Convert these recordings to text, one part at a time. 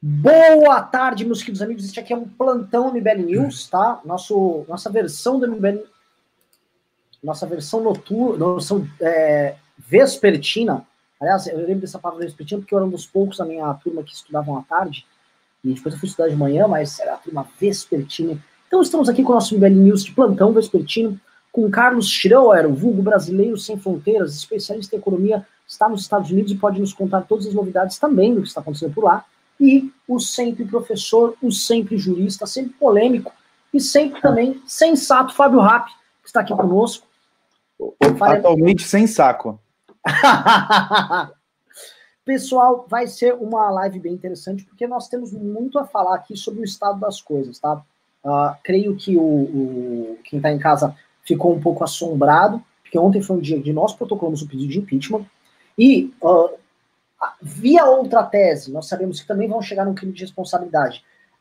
Boa tarde, meus queridos amigos. Este aqui é um plantão MBL News, tá? Nossa versão do MBL, nossa versão noturna, vespertina. Aliás, eu lembro dessa palavra vespertina porque eu era um dos poucos da minha turma que estudavam à tarde. E depois eu fui estudar de manhã, mas era a turma vespertina. Então estamos aqui com o nosso MBL News de plantão vespertino, com Carlos Schroer, o vulgo brasileiro sem fronteiras, especialista em economia, está nos Estados Unidos e pode nos contar todas as novidades também do que está acontecendo por lá. E o sempre professor, o sempre jurista, sempre polêmico e sempre também sensato Fábio Rapp, que está aqui conosco. Atualmente sem saco. Pessoal, vai ser uma live bem interessante, porque nós temos muito a falar aqui sobre o estado das coisas, tá? Creio que quem está em casa ficou um pouco assombrado, porque ontem foi um dia que nós protocolamos o pedido de impeachment, e via outra tese, nós sabemos que também vão chegar num crime de responsabilidade.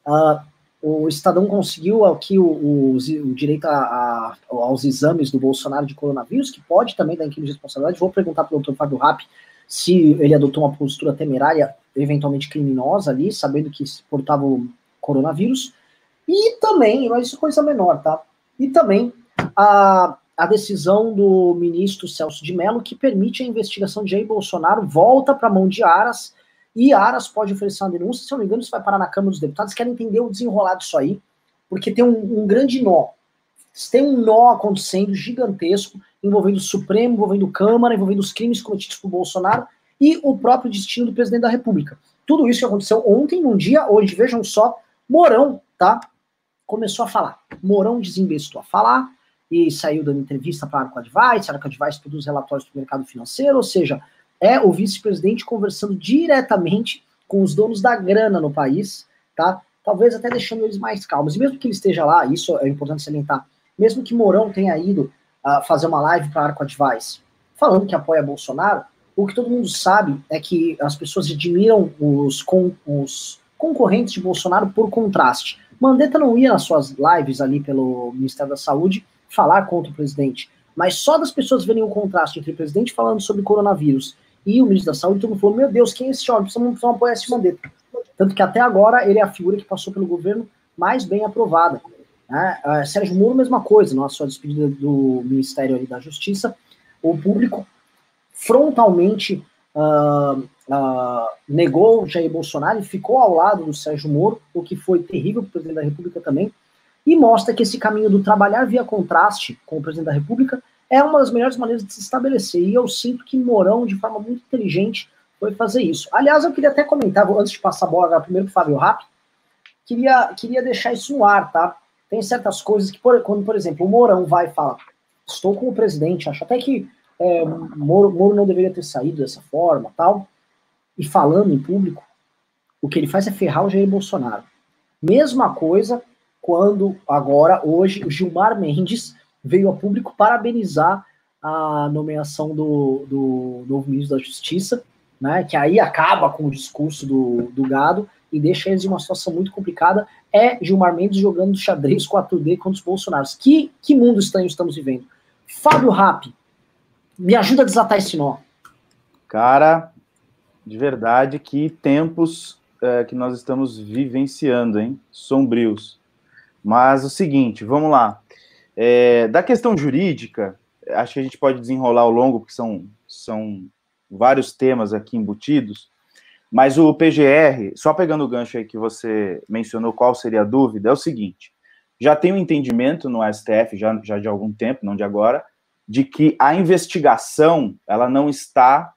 O Estadão conseguiu aqui o direito aos exames do Bolsonaro de coronavírus, que pode também dar em crime de responsabilidade. Vou perguntar para o doutor Fábio Rapp se ele adotou uma postura temerária, eventualmente criminosa ali, sabendo que portava o coronavírus. E também, mas isso é coisa menor, tá? E também a decisão do ministro Celso de Mello, que permite a investigação de Jair Bolsonaro, volta para a mão de Aras, e Aras pode oferecer uma denúncia, se eu não me engano, isso vai parar na Câmara dos Deputados. Querem entender o desenrolar disso aí, porque tem um grande nó. Tem um nó acontecendo gigantesco, envolvendo o Supremo, envolvendo Câmara, envolvendo os crimes cometidos por Bolsonaro e o próprio destino do presidente da República. Tudo isso que aconteceu ontem, num dia, hoje, vejam só, Mourão, tá? Começou a falar. Mourão desembestou a falar e saiu dando entrevista para a Arco Advice. A Arco Advice produz relatórios para o mercado financeiro, ou seja, é o vice-presidente conversando diretamente com os donos da grana no país, tá? Talvez até deixando eles mais calmos. E mesmo que ele esteja lá, isso é importante salientar, mesmo que Mourão tenha ido fazer uma live para a Arco Advice falando que apoia Bolsonaro, o que todo mundo sabe é que as pessoas admiram os concorrentes de Bolsonaro por contraste. Mandetta não ia nas suas lives ali pelo Ministério da Saúde falar contra o presidente, mas só das pessoas verem o contraste entre o presidente falando sobre coronavírus e o ministro da Saúde, todo mundo falou, meu Deus, quem é esse homem? Precisamos apoiar esse Mandetta. Tanto que até agora ele é a figura que passou pelo governo mais bem aprovada. Né? Sérgio Moro, mesma coisa, na sua despedida do Ministério ali da Justiça, o público frontalmente negou Jair Bolsonaro e ficou ao lado do Sérgio Moro, o que foi terrível para o presidente da República também, e mostra que esse caminho do trabalhar via contraste com o presidente da República é uma das melhores maneiras de se estabelecer, e eu sinto que Mourão, de forma muito inteligente, foi fazer isso. Aliás, eu queria até comentar, antes de passar a bola primeiro para o Fábio Rapp, queria deixar isso no ar, tá? Tem certas coisas que, quando, por exemplo, o Mourão vai e fala, estou com o presidente, acho até que Moro não deveria ter saído dessa forma, tal, e falando em público, o que ele faz é ferrar o Jair Bolsonaro. Mesma coisa quando, agora, hoje, o Gilmar Mendes veio a público parabenizar a nomeação do novo ministro da Justiça, né, que aí acaba com o discurso do gado e deixa eles em uma situação muito complicada. É Gilmar Mendes jogando xadrez 4D contra os bolsonaros. Que mundo estranho estamos vivendo. Fábio Rapp, me ajuda a desatar esse nó. Cara, de verdade, que tempos que nós estamos vivenciando, hein? Sombrios. Mas o seguinte, vamos lá. Da questão jurídica, acho que a gente pode desenrolar ao longo, porque são vários temas aqui embutidos, mas o PGR, só pegando o gancho aí que você mencionou, qual seria a dúvida, é o seguinte, já tem um entendimento no STF, já de algum tempo, não de agora, de que a investigação, ela não está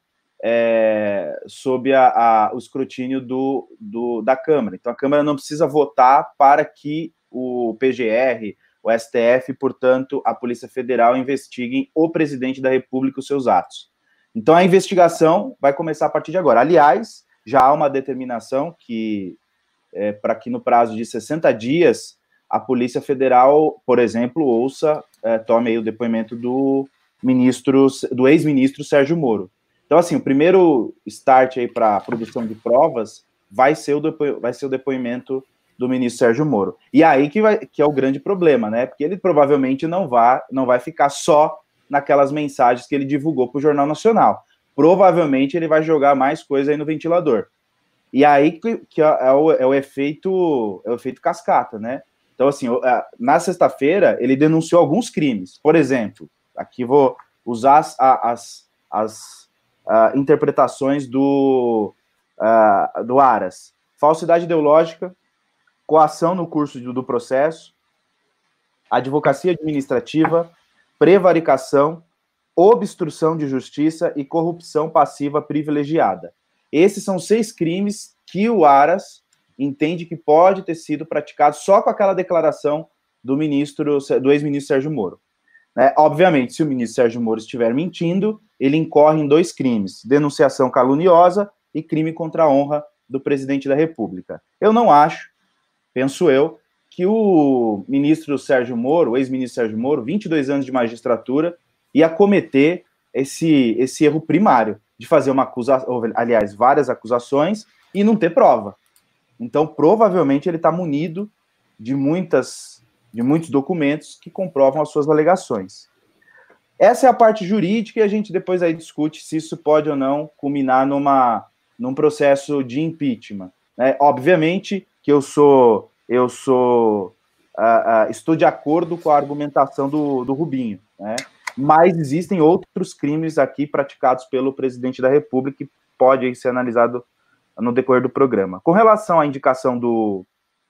sob o escrutínio da Câmara. Então, a Câmara não precisa votar para que o PGR, o STF, portanto, a Polícia Federal investiguem o presidente da República e os seus atos. Então, a investigação vai começar a partir de agora. Aliás, já há uma determinação para que no prazo de 60 dias a Polícia Federal, por exemplo, tome aí o depoimento do ex-ministro Sérgio Moro. Então, assim, o primeiro start aí para a produção de provas vai ser o depoimento do ministro Sérgio Moro. E aí que é o grande problema, né? Porque ele provavelmente não vai ficar só naquelas mensagens que ele divulgou para o Jornal Nacional. Provavelmente ele vai jogar mais coisa aí no ventilador. E aí que é o efeito cascata, né? Então, assim, na sexta-feira, ele denunciou alguns crimes. Por exemplo, aqui vou usar as interpretações do Aras. Falsidade ideológica, coação no curso do processo, advocacia administrativa, prevaricação, obstrução de justiça e corrupção passiva privilegiada. Esses são 6 crimes que o Aras entende que pode ter sido praticado só com aquela declaração do ex-ministro Sérgio Moro. Obviamente, se o ministro Sérgio Moro estiver mentindo, ele incorre em 2 crimes: denunciação caluniosa e crime contra a honra do presidente da República. Eu não acho, penso eu, que o ministro Sérgio Moro, o ex-ministro Sérgio Moro, 22 anos de magistratura, ia cometer esse erro primário de fazer uma acusação, aliás, várias acusações e não ter prova. Então, provavelmente, ele está munido de muitos documentos que comprovam as suas alegações. Essa é a parte jurídica e a gente depois aí discute se isso pode ou não culminar num processo de impeachment. Obviamente que estou de acordo com a argumentação do Rubinho, né? Mas existem outros crimes aqui praticados pelo presidente da República que pode ser analisado no decorrer do programa. Com relação à indicação do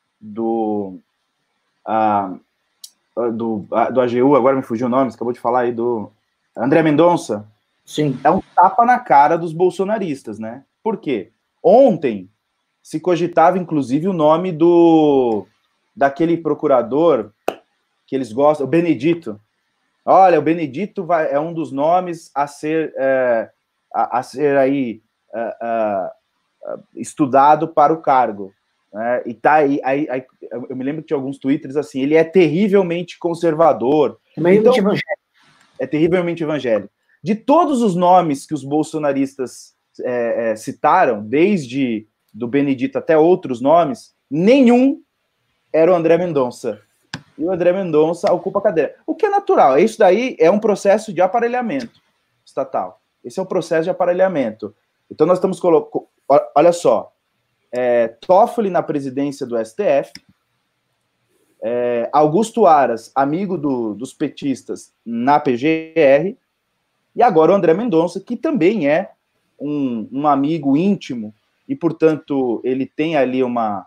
AGU, agora me fugiu o nome, você acabou de falar aí, do André Mendonça. Sim. É um tapa na cara dos bolsonaristas, né? Por quê? Ontem se cogitava, inclusive, o nome daquele procurador que eles gostam, o Benedito. Olha, o Benedito é um dos nomes a ser aí estudado para o cargo. Né? E tá aí, eu me lembro que tinha alguns twitters assim, ele é terrivelmente conservador. Terrivelmente evangélico. É terrivelmente evangélico. De todos os nomes que os bolsonaristas citaram, desde do Benedito até outros nomes, nenhum era o André Mendonça. E o André Mendonça ocupa a cadeira. O que é natural, isso daí é um processo de aparelhamento estatal. Esse é um processo de aparelhamento. Então nós estamos colocando, olha só, Toffoli na presidência do STF, Augusto Aras, amigo dos petistas, na PGR, e agora o André Mendonça, que também é um amigo íntimo, e, portanto, ele tem ali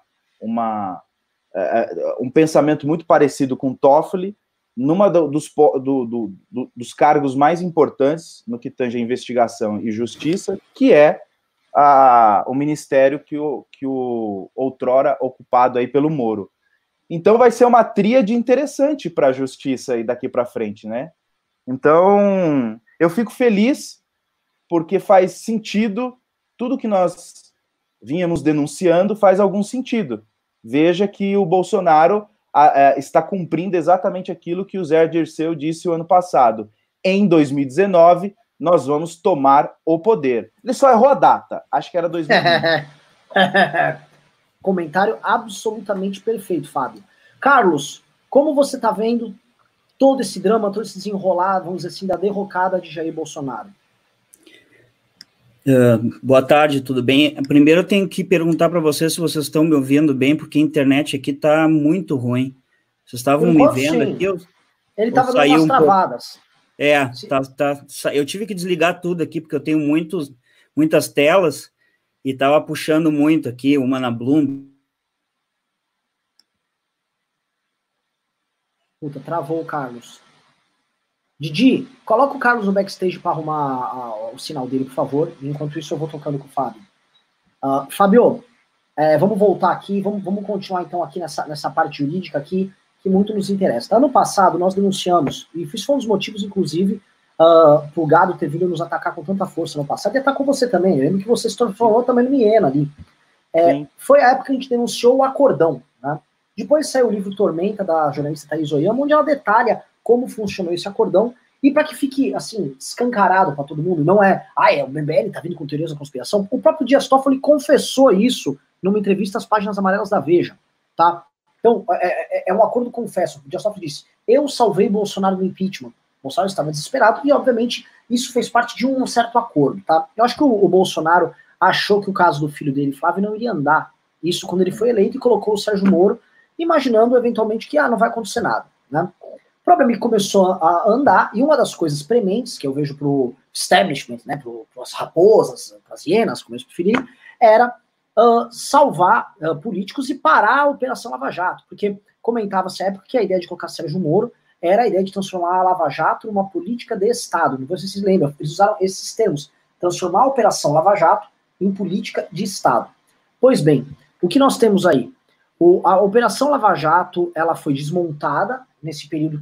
um pensamento muito parecido com Toffoli, numa dos cargos mais importantes no que tange a investigação e justiça, que é o ministério que o outrora ocupado aí pelo Moro. Então vai ser uma tríade interessante para a justiça aí daqui para frente, né? Então, eu fico feliz porque faz sentido, tudo que nós vínhamos denunciando faz algum sentido. Veja que o Bolsonaro está cumprindo exatamente aquilo que o Zé Dirceu disse o ano passado. Em 2019, nós vamos tomar o poder. Ele só errou a data, acho que era 2020. Comentário absolutamente perfeito, Fábio. Carlos, como você está vendo todo esse drama, todo esse desenrolar, vamos dizer assim, da derrocada de Jair Bolsonaro? Boa tarde, tudo bem? Primeiro eu tenho que perguntar para vocês se vocês estão me ouvindo bem, porque a internet aqui está muito ruim. Vocês estavam me vendo sim. aqui? Ele estava dando umas travadas. Eu tive que desligar tudo aqui, porque eu tenho muitas telas e estava puxando muito aqui, uma na Bloom. Puta, travou o Carlos. Didi, coloca o Carlos no backstage para arrumar o sinal dele, por favor. Enquanto isso, eu vou tocando com o Fábio. Fábio, vamos voltar aqui, vamos continuar então aqui nessa parte jurídica aqui, que muito nos interessa. Ano passado, nós denunciamos, e isso foi um dos motivos, inclusive, pro Gado ter vindo nos atacar com tanta força no passado, e atacou você também. Eu lembro que você se transformou também no Miena ali. Foi a época que a gente denunciou o acordão, né? Depois saiu o livro Tormenta, da jornalista Thaís Oyama, onde ela detalha como funcionou esse acordão, e para que fique, assim, escancarado para todo mundo, não o MBL tá vindo com teorias da conspiração, o próprio Dias Toffoli confessou isso numa entrevista às páginas amarelas da Veja, tá? Então, é um acordo confesso. O Dias Toffoli disse, eu salvei Bolsonaro do impeachment. Bolsonaro estava desesperado e, obviamente, isso fez parte de um certo acordo, tá? Eu acho que o Bolsonaro, achou que o caso do filho dele, Flávio, não iria andar. Isso quando ele foi eleito e colocou o Sérgio Moro, imaginando eventualmente que não vai acontecer nada, né? O problema é que começou a andar, e uma das coisas prementes que eu vejo pro establishment, né, pras raposas, pras hienas, como eles preferirem, era salvar políticos e parar a Operação Lava Jato, porque comentava-se à época que a ideia de colocar Sérgio Moro era a ideia de transformar a Lava Jato numa política de Estado. Não sei se vocês lembram, eles usaram esses termos, transformar a Operação Lava Jato em política de Estado. Pois bem, o que nós temos aí? A Operação Lava Jato, ela foi desmontada nesse período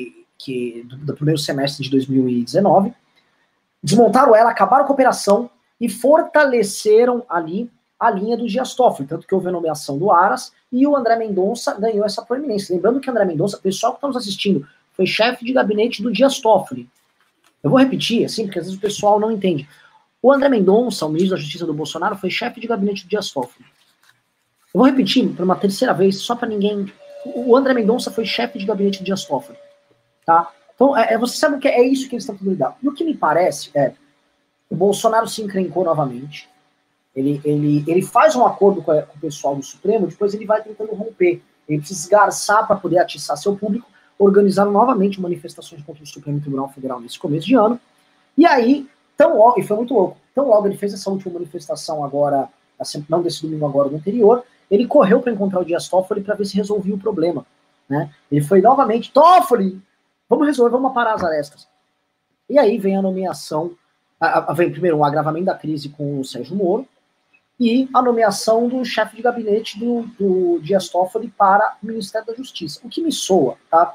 do primeiro semestre de 2019, desmontaram ela, acabaram com a operação e fortaleceram ali a linha do Dias Toffoli, tanto que houve a nomeação do Aras e o André Mendonça ganhou essa proeminência. Lembrando que o André Mendonça, pessoal que está nos assistindo, foi chefe de gabinete do Dias Toffoli. Eu vou repetir, assim, porque às vezes o pessoal não entende. O André Mendonça, o ministro da Justiça do Bolsonaro, foi chefe de gabinete do Dias Toffoli. Eu vou repetir por uma terceira vez, só para ninguém... O André Mendonça foi chefe de gabinete do Dias Toffoli, tá? Então, você sabe que é isso que eles estão tentando lidar. E o que me parece o Bolsonaro se encrencou novamente, ele faz um acordo com o pessoal do Supremo, depois ele vai tentando romper. Ele precisa esgarçar para poder atiçar seu público, organizar novamente manifestações contra o Supremo Tribunal Federal nesse começo de ano. E aí, e foi muito louco, tão logo ele fez essa última manifestação agora, não desse domingo agora, do anterior, ele correu para encontrar o Dias Toffoli para ver se resolvia o problema, né? Ele foi novamente, Toffoli, vamos resolver, vamos parar as arestas. E aí vem a nomeação, vem primeiro um agravamento da crise com o Sérgio Moro, e a nomeação do chefe de gabinete do Dias Toffoli para o Ministério da Justiça. O que me soa, tá?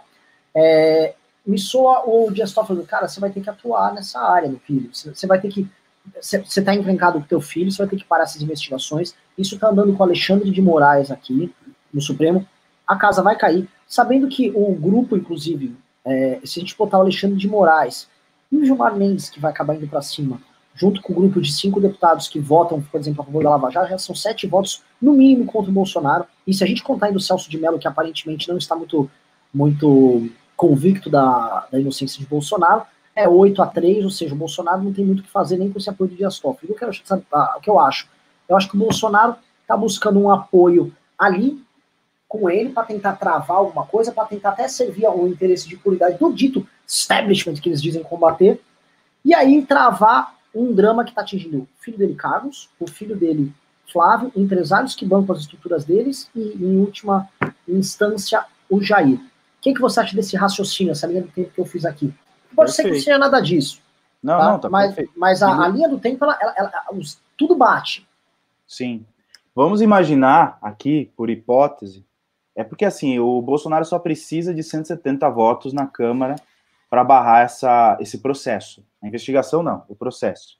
Me soa o Dias Toffoli, cara, você vai ter que atuar nessa área, meu filho. Você vai ter que... Você está encrencado com o teu filho, você vai ter que parar essas investigações. Isso está andando com o Alexandre de Moraes aqui, no Supremo. A casa vai cair. Sabendo que o grupo, inclusive, se a gente botar o Alexandre de Moraes e o Gilmar Mendes, que vai acabar indo para cima, junto com o grupo de 5 deputados que votam, por exemplo, a favor da Lava Jato, já são 7 votos, no mínimo, contra o Bolsonaro. E se a gente contar ainda o Celso de Mello, que aparentemente não está muito convicto da inocência de Bolsonaro, 8-3, ou seja, o Bolsonaro não tem muito o que fazer nem com esse apoio do Dias Toffoli. O que eu acho? Eu acho que o Bolsonaro está buscando um apoio ali com ele para tentar travar alguma coisa, para tentar até servir ao interesse de puridade do dito establishment que eles dizem combater, e aí travar um drama que está atingindo o filho dele, Carlos, o filho dele, Flávio, empresários que bancam as estruturas deles e, em última instância, o Jair. O que você acha desse raciocínio, essa linha do tempo que eu fiz aqui? Pode ser que não seja nada disso. Não, tá mas a linha do tempo, tudo bate. Sim. Vamos imaginar aqui, por hipótese, porque assim, o Bolsonaro só precisa de 170 votos na Câmara para barrar esse processo. A investigação não, o processo.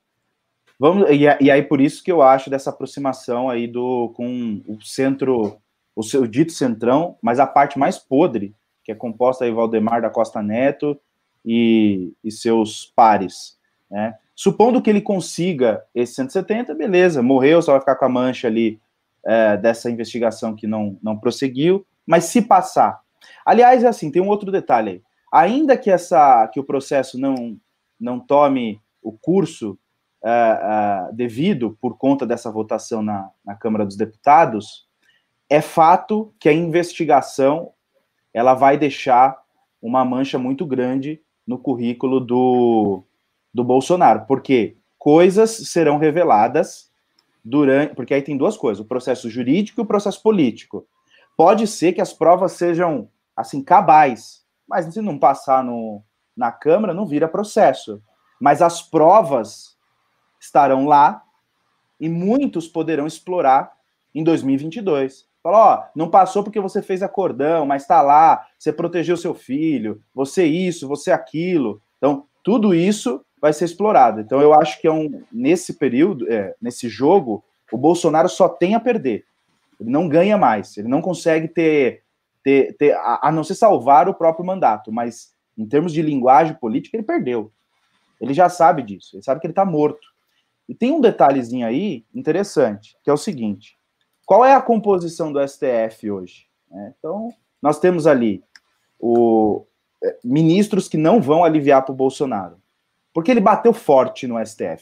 E aí por isso que eu acho dessa aproximação aí com o centro, o seu dito centrão, mas a parte mais podre, que é composta aí Valdemar da Costa Neto e seus pares, né? Supondo que ele consiga esse 170, beleza, morreu, só vai ficar com a mancha ali dessa investigação que não prosseguiu, mas se passar... Aliás, assim, tem um outro detalhe aí. Ainda que o processo não tome o curso devido por conta dessa votação na Câmara dos Deputados, é fato que a investigação ela vai deixar uma mancha muito grande no currículo do Bolsonaro, porque coisas serão reveladas porque aí tem duas coisas, o processo jurídico e o processo político. Pode ser que as provas sejam, assim, cabais, mas se não passar na Câmara, não vira processo. Mas as provas estarão lá e muitos poderão explorar em 2022. Fala, não passou porque você fez acordão, mas está lá, você protegeu seu filho, você isso, você aquilo. Então, tudo isso vai ser explorado. Então, eu acho que nesse período, nesse jogo, o Bolsonaro só tem a perder. Ele não ganha mais, ele não consegue ter a não ser salvar o próprio mandato, mas em termos de linguagem política, ele perdeu. Ele já sabe disso, ele sabe que ele está morto. E tem um detalhezinho aí interessante, que é o seguinte: qual é a composição do STF hoje? Então, nós temos ali ministros que não vão aliviar para o Bolsonaro, porque ele bateu forte no STF.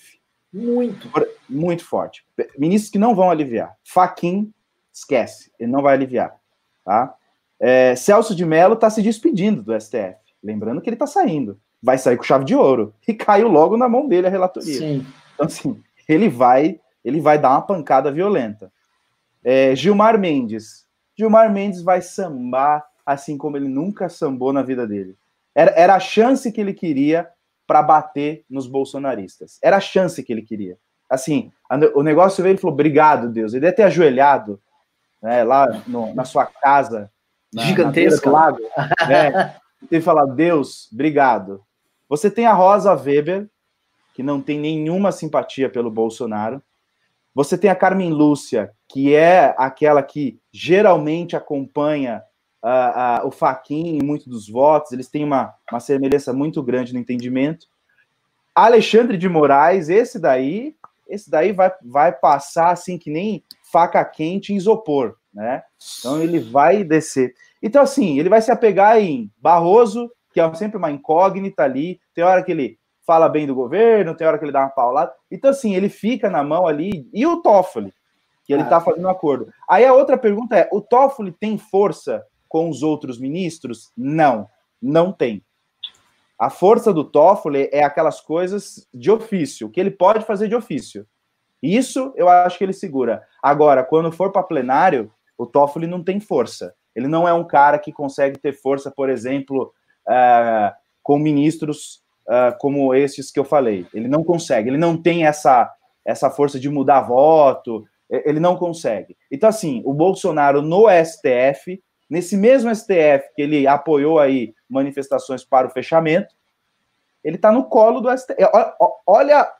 Muito forte. Ministros que não vão aliviar. Fachin, esquece, ele não vai aliviar. Tá? Celso de Mello está se despedindo do STF. Lembrando que ele está saindo. Vai sair com chave de ouro. E caiu logo na mão dele a relatoria. Sim. Então, assim, ele vai dar uma pancada violenta. Gilmar Mendes. Gilmar Mendes vai sambar assim como ele nunca sambou na vida dele. Era a chance que ele queria para bater nos bolsonaristas. Era a chance que ele queria. Assim, o negócio veio, ele falou, obrigado, Deus. Ele deve ter ajoelhado, né, lá na sua casa, gigantesca, lago, né, e ter falado, Deus, obrigado. Você tem a Rosa Weber, que não tem nenhuma simpatia pelo Bolsonaro. Você tem a Carmen Lúcia, que é aquela que geralmente acompanha o Fachin em muitos dos votos, eles têm uma semelhança muito grande no entendimento. Alexandre de Moraes, esse daí vai passar assim que nem faca quente em isopor, né? Então ele vai descer. Então assim, ele vai se apegar em Barroso, que é sempre uma incógnita ali, tem hora que ele fala bem do governo, tem hora que ele dá uma paulada, então assim, ele fica na mão ali, e o Toffoli, que ele tá fazendo um acordo. Aí a outra pergunta é, o Toffoli tem força com os outros ministros? Não tem. A força do Toffoli é aquelas coisas de ofício, o que ele pode fazer de ofício. Isso eu acho que ele segura. Agora, quando for para plenário, o Toffoli não tem força. Ele não é um cara que consegue ter força, por exemplo, com ministros como esses que eu falei. Ele não consegue, ele não tem essa força de mudar voto, ele não consegue. Então, assim, o Bolsonaro no STF, nesse mesmo STF que ele apoiou aí manifestações para o fechamento, ele está no colo do STF. Olha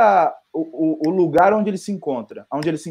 o lugar onde ele se encontra.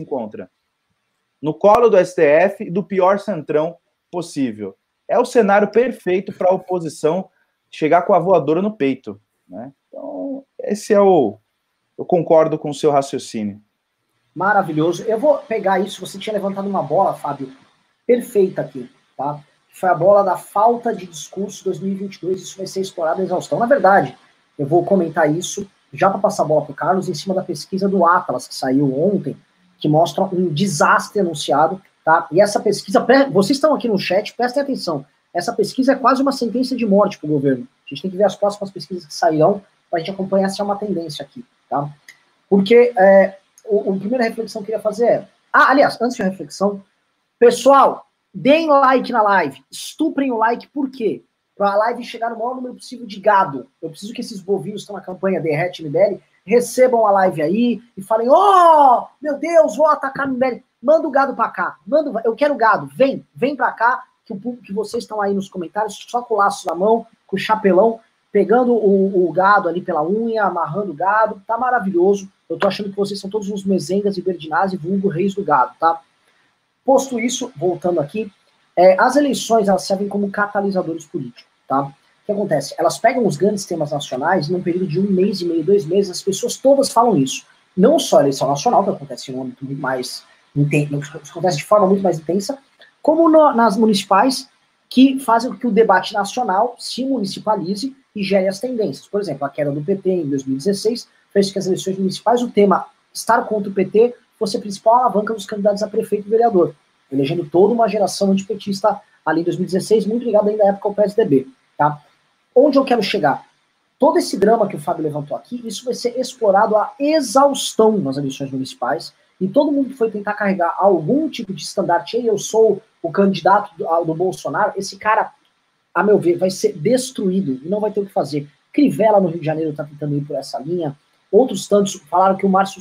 No colo do STF e do pior centrão possível. É o cenário perfeito para a oposição chegar com a voadora no peito, né? Então, esse é eu concordo com o seu raciocínio. Maravilhoso. Eu vou pegar isso, você tinha levantado uma bola, Fábio, perfeita aqui, tá? Foi a bola da falta de discurso 2022, isso vai ser explorado à exaustão. Na verdade, eu vou comentar isso, já para passar a bola para o Carlos, em cima da pesquisa do Atlas, que saiu ontem, que mostra um desastre anunciado, tá? E essa pesquisa, vocês estão aqui no chat, prestem atenção, essa pesquisa é quase uma sentença de morte para o governo. A gente tem que ver as próximas pesquisas que sairão, para a gente acompanhar se é uma tendência aqui, tá? Porque a primeira reflexão que eu queria fazer é... aliás, antes de uma reflexão, pessoal, deem like na live, estuprem o like, por quê? Para a live chegar no maior número possível de gado. Eu preciso que esses bovinos que estão na campanha Derrete MBL recebam a live aí e falem, meu Deus, vou atacar o MBL. Manda o gado para cá, eu quero gado, vem para cá, que vocês estão aí nos comentários, só com o laço na mão, com o chapelão, pegando o gado ali pela unha, amarrando o gado, tá maravilhoso. Eu tô achando que vocês são todos uns mezengas e Berdinazzi, vulgo reis do gado, tá? Posto isso, voltando aqui, as eleições, elas servem como catalisadores políticos, tá? O que acontece? Elas pegam os grandes temas nacionais, num período de 1 mês e meio, 2 meses, as pessoas todas falam isso. Não só a eleição nacional, que acontece em um âmbito muito mais intenso, acontece de forma muito mais intensa, como nas municipais, que fazem com que o debate nacional se municipalize e gere as tendências. Por exemplo, a queda do PT em 2016 fez que as eleições municipais, o tema estar contra o PT fosse a principal alavanca dos candidatos a prefeito e vereador, elegendo toda uma geração antipetista ali em 2016, muito ligada ainda à época ao PSDB. Tá? Onde eu quero chegar? Todo esse drama que o Fábio levantou aqui, isso vai ser explorado à exaustão nas eleições municipais, e todo mundo que foi tentar carregar algum tipo de estandarte, eu sou o candidato do Bolsonaro, esse cara, a meu ver, vai ser destruído e não vai ter o que fazer. Crivella, no Rio de Janeiro, está tentando ir por essa linha. Outros tantos falaram que o Márcio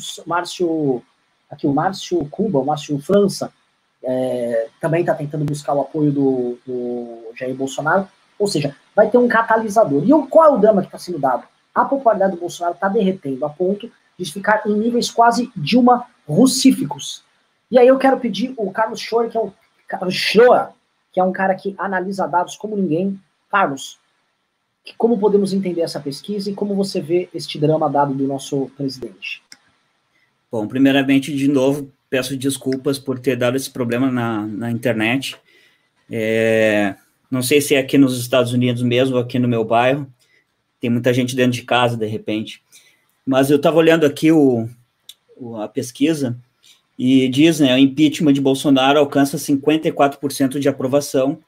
Cuba, o Márcio França, também está tentando buscar o apoio do Jair Bolsonaro. Ou seja, vai ter um catalisador. E qual é o drama que está sendo dado? A popularidade do Bolsonaro está derretendo a ponto de ficar em níveis quase Dilma russíficos. E aí eu quero pedir o Carlos Schroer, que é um cara que analisa dados como ninguém. Carlos, como podemos entender essa pesquisa e como você vê este drama dado do nosso presidente? Bom, primeiramente, de novo, peço desculpas por ter dado esse problema na internet. Não sei se é aqui nos Estados Unidos mesmo, ou aqui no meu bairro. Tem muita gente dentro de casa, de repente. mas eu estava olhando aqui a pesquisa e diz, né, o impeachment de Bolsonaro alcança 54% de aprovação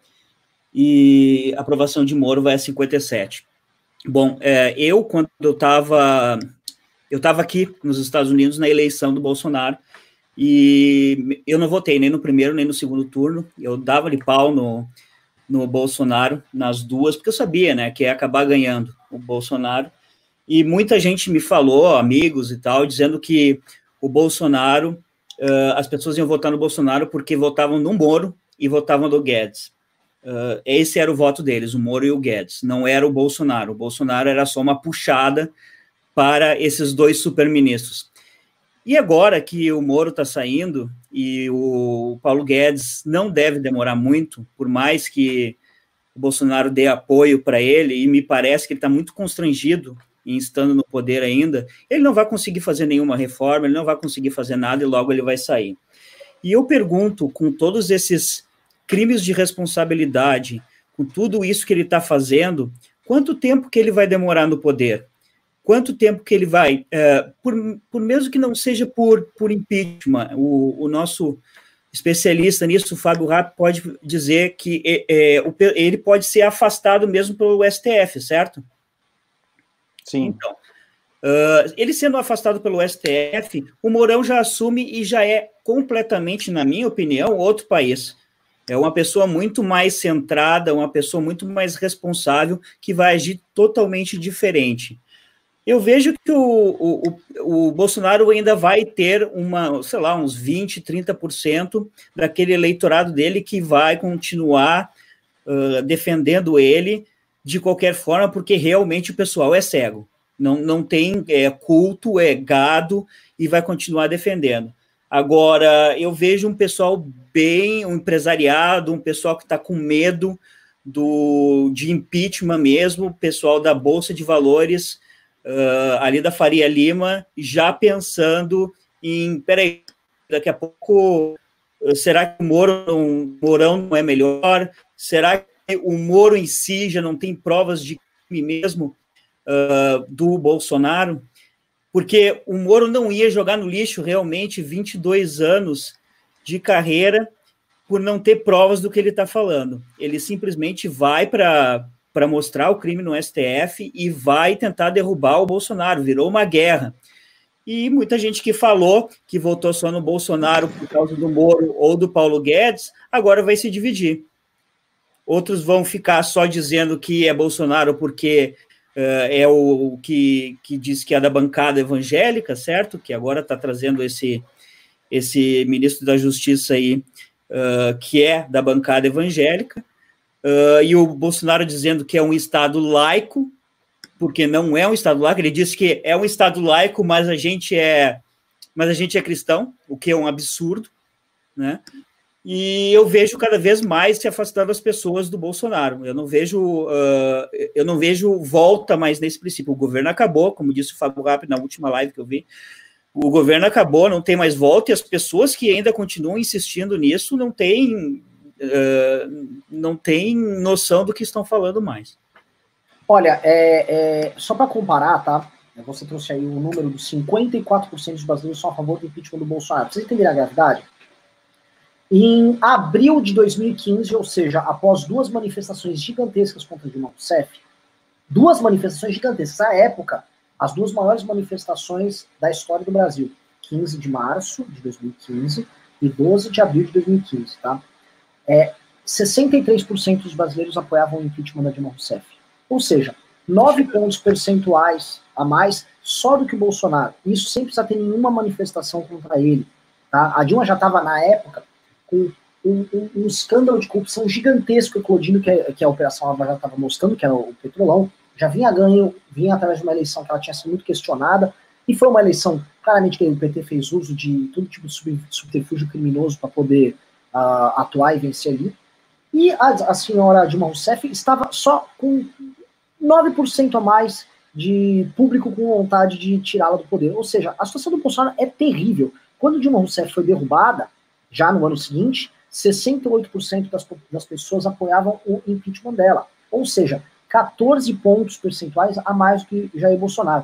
e a aprovação de Moro vai a 57%. Bom, quando eu estava aqui nos Estados Unidos na eleição do Bolsonaro e eu não votei nem no primeiro nem no segundo turno, eu dava-lhe pau no Bolsonaro, nas duas, porque eu sabia, né, que ia acabar ganhando o Bolsonaro, e muita gente me falou, amigos e tal, dizendo que o Bolsonaro, as pessoas iam votar no Bolsonaro porque votavam no Moro e votavam no Guedes. Esse era o voto deles, o Moro e o Guedes, não era o Bolsonaro era só uma puxada para esses dois superministros. E agora que o Moro está saindo e o Paulo Guedes não deve demorar muito, por mais que o Bolsonaro dê apoio para ele, e me parece que ele está muito constrangido em estando no poder ainda, ele não vai conseguir fazer nenhuma reforma, ele não vai conseguir fazer nada e logo ele vai sair. E eu pergunto, com todos esses crimes de responsabilidade, com tudo isso que ele está fazendo, quanto tempo que ele vai demorar no poder? Quanto tempo que ele vai, por mesmo que não seja por impeachment, o nosso especialista nisso, o Fábio Rapp, pode dizer que ele pode ser afastado mesmo pelo STF, certo? Sim. Então, ele sendo afastado pelo STF, o Mourão já assume e já é completamente, na minha opinião, outro país. É uma pessoa muito mais centrada, uma pessoa muito mais responsável, que vai agir totalmente diferente. Eu vejo que o Bolsonaro ainda vai ter uns 20%, 30% daquele eleitorado dele que vai continuar defendendo ele de qualquer forma, porque realmente o pessoal é cego. Não tem culto, é gado, e vai continuar defendendo. Agora, eu vejo um pessoal um empresariado, um pessoal que está com medo de impeachment mesmo, o pessoal da Bolsa de Valores, ali da Faria Lima, já pensando em, peraí, daqui a pouco, será que o Mourão não é melhor? Será que o Moro em si já não tem provas de crime mesmo do Bolsonaro? Porque o Moro não ia jogar no lixo realmente 22 anos de carreira por não ter provas do que ele está falando. Ele simplesmente vai para mostrar o crime no STF e vai tentar derrubar o Bolsonaro. Virou uma guerra. E muita gente que falou que votou só no Bolsonaro por causa do Moro ou do Paulo Guedes, agora vai se dividir. Outros vão ficar só dizendo que é Bolsonaro porque é o que diz que é da bancada evangélica, certo? Que agora está trazendo esse ministro da Justiça aí, que é da bancada evangélica, e o Bolsonaro dizendo que é um Estado laico, porque não é um Estado laico. Ele disse que é um Estado laico, mas a gente é cristão, o que é um absurdo, né? E eu vejo cada vez mais se afastando as pessoas do Bolsonaro. Eu não vejo volta mais nesse princípio. O governo acabou, como disse o Fábio Rapp na última live que eu vi. O governo acabou, não tem mais volta, e as pessoas que ainda continuam insistindo nisso não têm noção do que estão falando mais. Olha, só para comparar, tá? Você trouxe aí o número dos 54% dos brasileiros são a favor do impeachment do Bolsonaro. Pra vocês entenderem a gravidade, em abril de 2015, ou seja, após duas manifestações gigantescas contra Dilma Rousseff, duas manifestações gigantescas, à época, as duas maiores manifestações da história do Brasil, 15 de março de 2015 e 12 de abril de 2015, tá? 63% dos brasileiros apoiavam o impeachment da Dilma Rousseff. Ou seja, 9 pontos percentuais a mais só do que o Bolsonaro. Isso sem precisar ter nenhuma manifestação contra ele, tá? A Dilma já estava, na época, com um escândalo de corrupção gigantesco eclodindo, que a Operação Lava Jato estava mostrando, que era o Petrolão. Já vinha através de uma eleição que ela tinha sido muito questionada, e foi uma eleição, claramente, que o PT fez uso de todo tipo de subterfúgio criminoso para poder atuar e vencer ali. E a senhora Dilma Rousseff estava só com 9% a mais de público com vontade de tirá-la do poder. Ou seja, a situação do Bolsonaro é terrível. Quando Dilma Rousseff foi derrubada, já no ano seguinte, 68% das pessoas apoiavam o impeachment dela. Ou seja, 14 pontos percentuais a mais do que Jair Bolsonaro.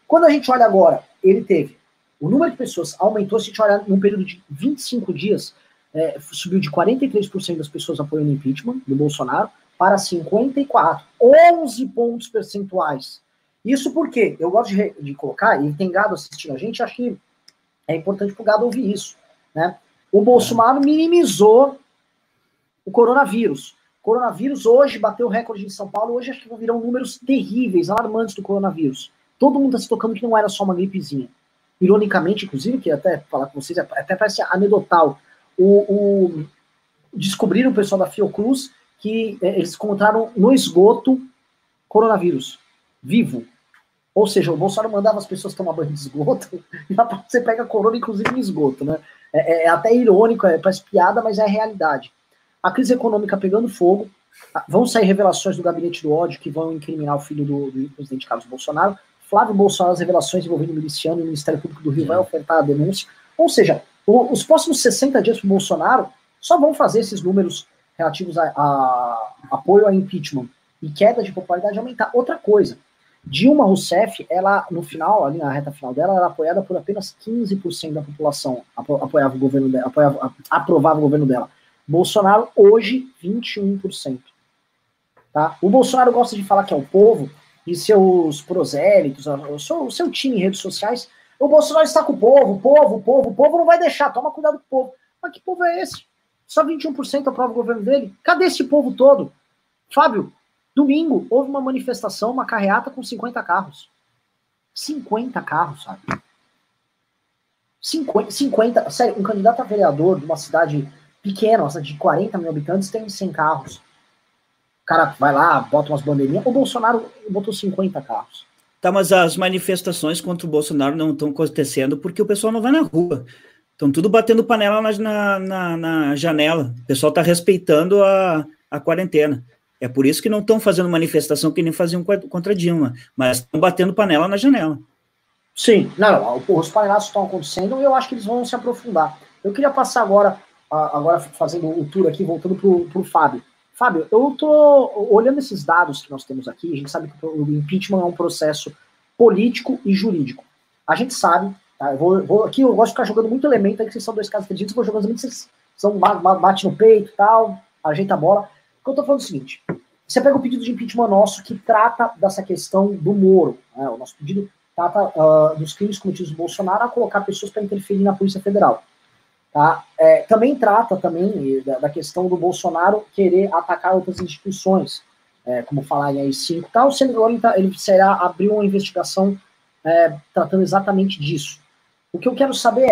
Quando a gente olha agora, ele teve, o número de pessoas aumentou, se a gente olhar num período de 25 dias, subiu de 43% das pessoas apoiando o impeachment do Bolsonaro para 54%, 11 pontos percentuais. Isso porque, eu gosto de colocar, e tem gado assistindo a gente, acho que é importante para o gado ouvir isso, né? O Bolsonaro minimizou o coronavírus. O coronavírus hoje bateu o recorde em São Paulo, hoje acho que virão números terríveis, alarmantes do coronavírus. Todo mundo está se tocando que não era só uma gripezinha. Ironicamente, inclusive, que até falar com vocês, até parece anedotal, descobriram o pessoal da Fiocruz que eles encontraram no esgoto coronavírus, vivo. Ou seja, o Bolsonaro mandava as pessoas tomar banho de esgoto, e você pega corona, inclusive, em esgoto, né? É até irônico, parece piada, mas é a realidade. A crise econômica pegando fogo, vão sair revelações do gabinete do ódio que vão incriminar o filho do presidente Carlos Bolsonaro. Flávio Bolsonaro, as revelações envolvendo o miliciano e o Ministério Público do Rio vai ofertar a denúncia. Ou seja, os próximos 60 dias para o Bolsonaro só vão fazer esses números relativos a apoio ao impeachment e queda de popularidade aumentar. Outra coisa, Dilma Rousseff, ela, no final, ali na reta final dela, era apoiada por apenas 15% da população, apoiava o governo dela, aprovava o governo dela. Bolsonaro, hoje, 21%. Tá? O Bolsonaro gosta de falar que é o povo e seus prosélitos, o seu time em redes sociais. O Bolsonaro está com o povo não vai deixar, toma cuidado com o povo. Mas que povo é esse? Só 21% aprova o governo dele? Cadê esse povo todo? Fábio, domingo houve uma manifestação, uma carreata com 50 carros. 50 carros, sabe? 50, sério, um candidato a vereador de uma cidade pequena, uma cidade de 40 mil habitantes, tem 100 carros. O cara vai lá, bota umas bandeirinhas. O Bolsonaro botou 50 carros. Tá, mas as manifestações contra o Bolsonaro não estão acontecendo porque o pessoal não vai na rua. Estão tudo batendo panela na janela. O pessoal está respeitando a quarentena. É por isso que não estão fazendo manifestação que nem faziam contra Dilma, mas estão batendo panela na janela. Sim, não, os panelaços estão acontecendo e eu acho que eles vão se aprofundar. Eu queria passar agora fazendo o tour aqui, voltando para o Fábio. Fábio, eu tô olhando esses dados que nós temos aqui, a gente sabe que o impeachment é um processo político e jurídico. A gente sabe, tá? Aqui eu gosto de ficar jogando muito elemento, aí que vocês são dois casos perdidos, eu vou jogando elementos, vocês bate no peito e tal, ajeita a bola. O que eu tô falando é o seguinte, você pega o pedido de impeachment nosso que trata dessa questão do Moro, né? O nosso pedido trata dos crimes cometidos no Bolsonaro a colocar pessoas para interferir na Polícia Federal. Tá? Também trata da questão do Bolsonaro querer atacar outras instituições, como falar em AI-5 e tal, sendo que agora ele abrir uma investigação tratando exatamente disso. O que eu quero saber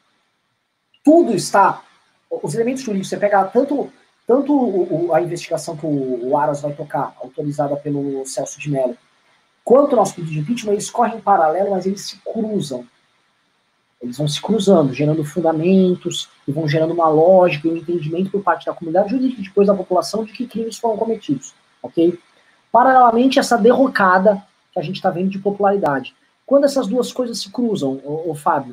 tudo está, os elementos jurídicos, você pega tanto a investigação que o Aras vai tocar, autorizada pelo Celso de Mello, quanto o nosso pedido de impeachment, eles correm em paralelo, mas eles se cruzam. Eles vão se cruzando, gerando fundamentos, e vão gerando uma lógica e um entendimento por parte da comunidade jurídica e depois da população de que crimes foram cometidos, ok? Paralelamente, essa derrocada que a gente está vendo de popularidade. Quando essas duas coisas se cruzam, Fábio,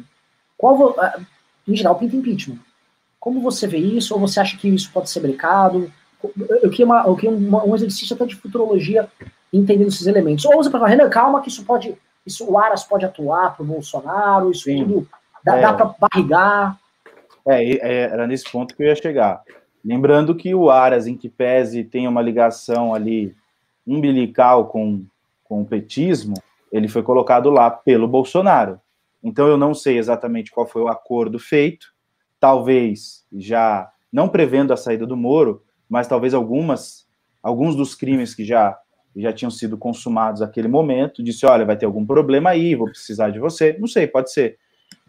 em geral, pinta impeachment. Como você vê isso? Ou você acha que isso pode ser brincado? Eu queria um exercício até de futurologia entendendo esses elementos. Ou você pode falar, Renan, calma que o Aras pode atuar para o Bolsonaro, isso Sim. Tudo dá para barrigar. Era nesse ponto que eu ia chegar. Lembrando que o Aras, em que pese tem uma ligação ali umbilical com o petismo, ele foi colocado lá pelo Bolsonaro. Então eu não sei exatamente qual foi o acordo feito, talvez já não prevendo a saída do Moro, mas talvez alguns dos crimes que já tinham sido consumados naquele momento, disse, olha, vai ter algum problema aí, vou precisar de você, não sei, pode ser.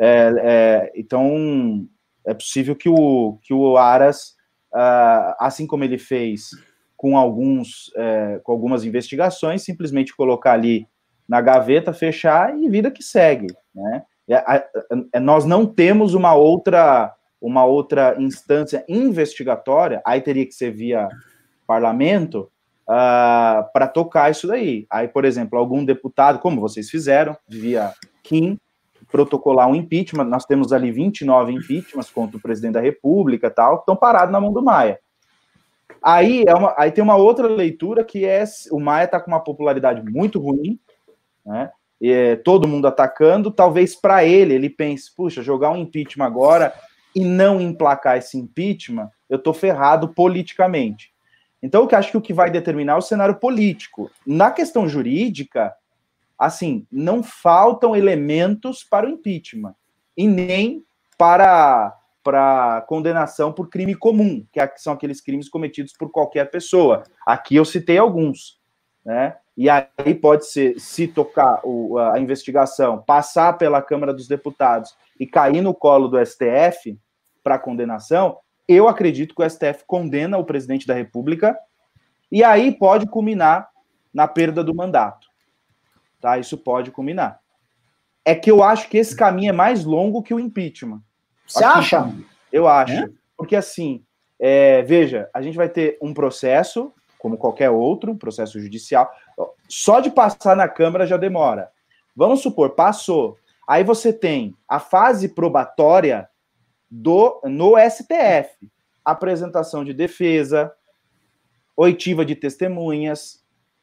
Então, é possível que o Aras, assim como ele fez com algumas investigações, simplesmente colocar ali na gaveta, fechar e vida que segue, né? Nós não temos uma outra instância investigatória, aí teria que ser via parlamento, para tocar isso daí. Aí, por exemplo, algum deputado, como vocês fizeram, via Kim, protocolar um impeachment, nós temos ali 29 impeachments contra o presidente da República, tal, que estão parados na mão do Maia. Aí tem uma outra leitura que o Maia está com uma popularidade muito ruim, né? todo mundo atacando, talvez para ele pense, puxa, jogar um impeachment agora e não emplacar esse impeachment, eu tô ferrado politicamente. Então, eu acho que o que vai determinar é o cenário político. Na questão jurídica, assim, não faltam elementos para o impeachment e nem para condenação por crime comum, que são aqueles crimes cometidos por qualquer pessoa. Aqui eu citei alguns, né? E aí pode ser, se tocar a investigação, passar pela Câmara dos Deputados e cair no colo do STF para condenação, eu acredito que o STF condena o presidente da República e aí pode culminar na perda do mandato. Tá? Isso pode culminar. É que eu acho que esse caminho é mais longo que o impeachment. Você acha? Eu acho. Porque assim, veja, a gente vai ter um processo, como qualquer outro, um processo judicial. Só de passar na Câmara já demora. Vamos supor, passou. Aí você tem a fase probatória no STF. Apresentação de defesa, oitiva de testemunhas.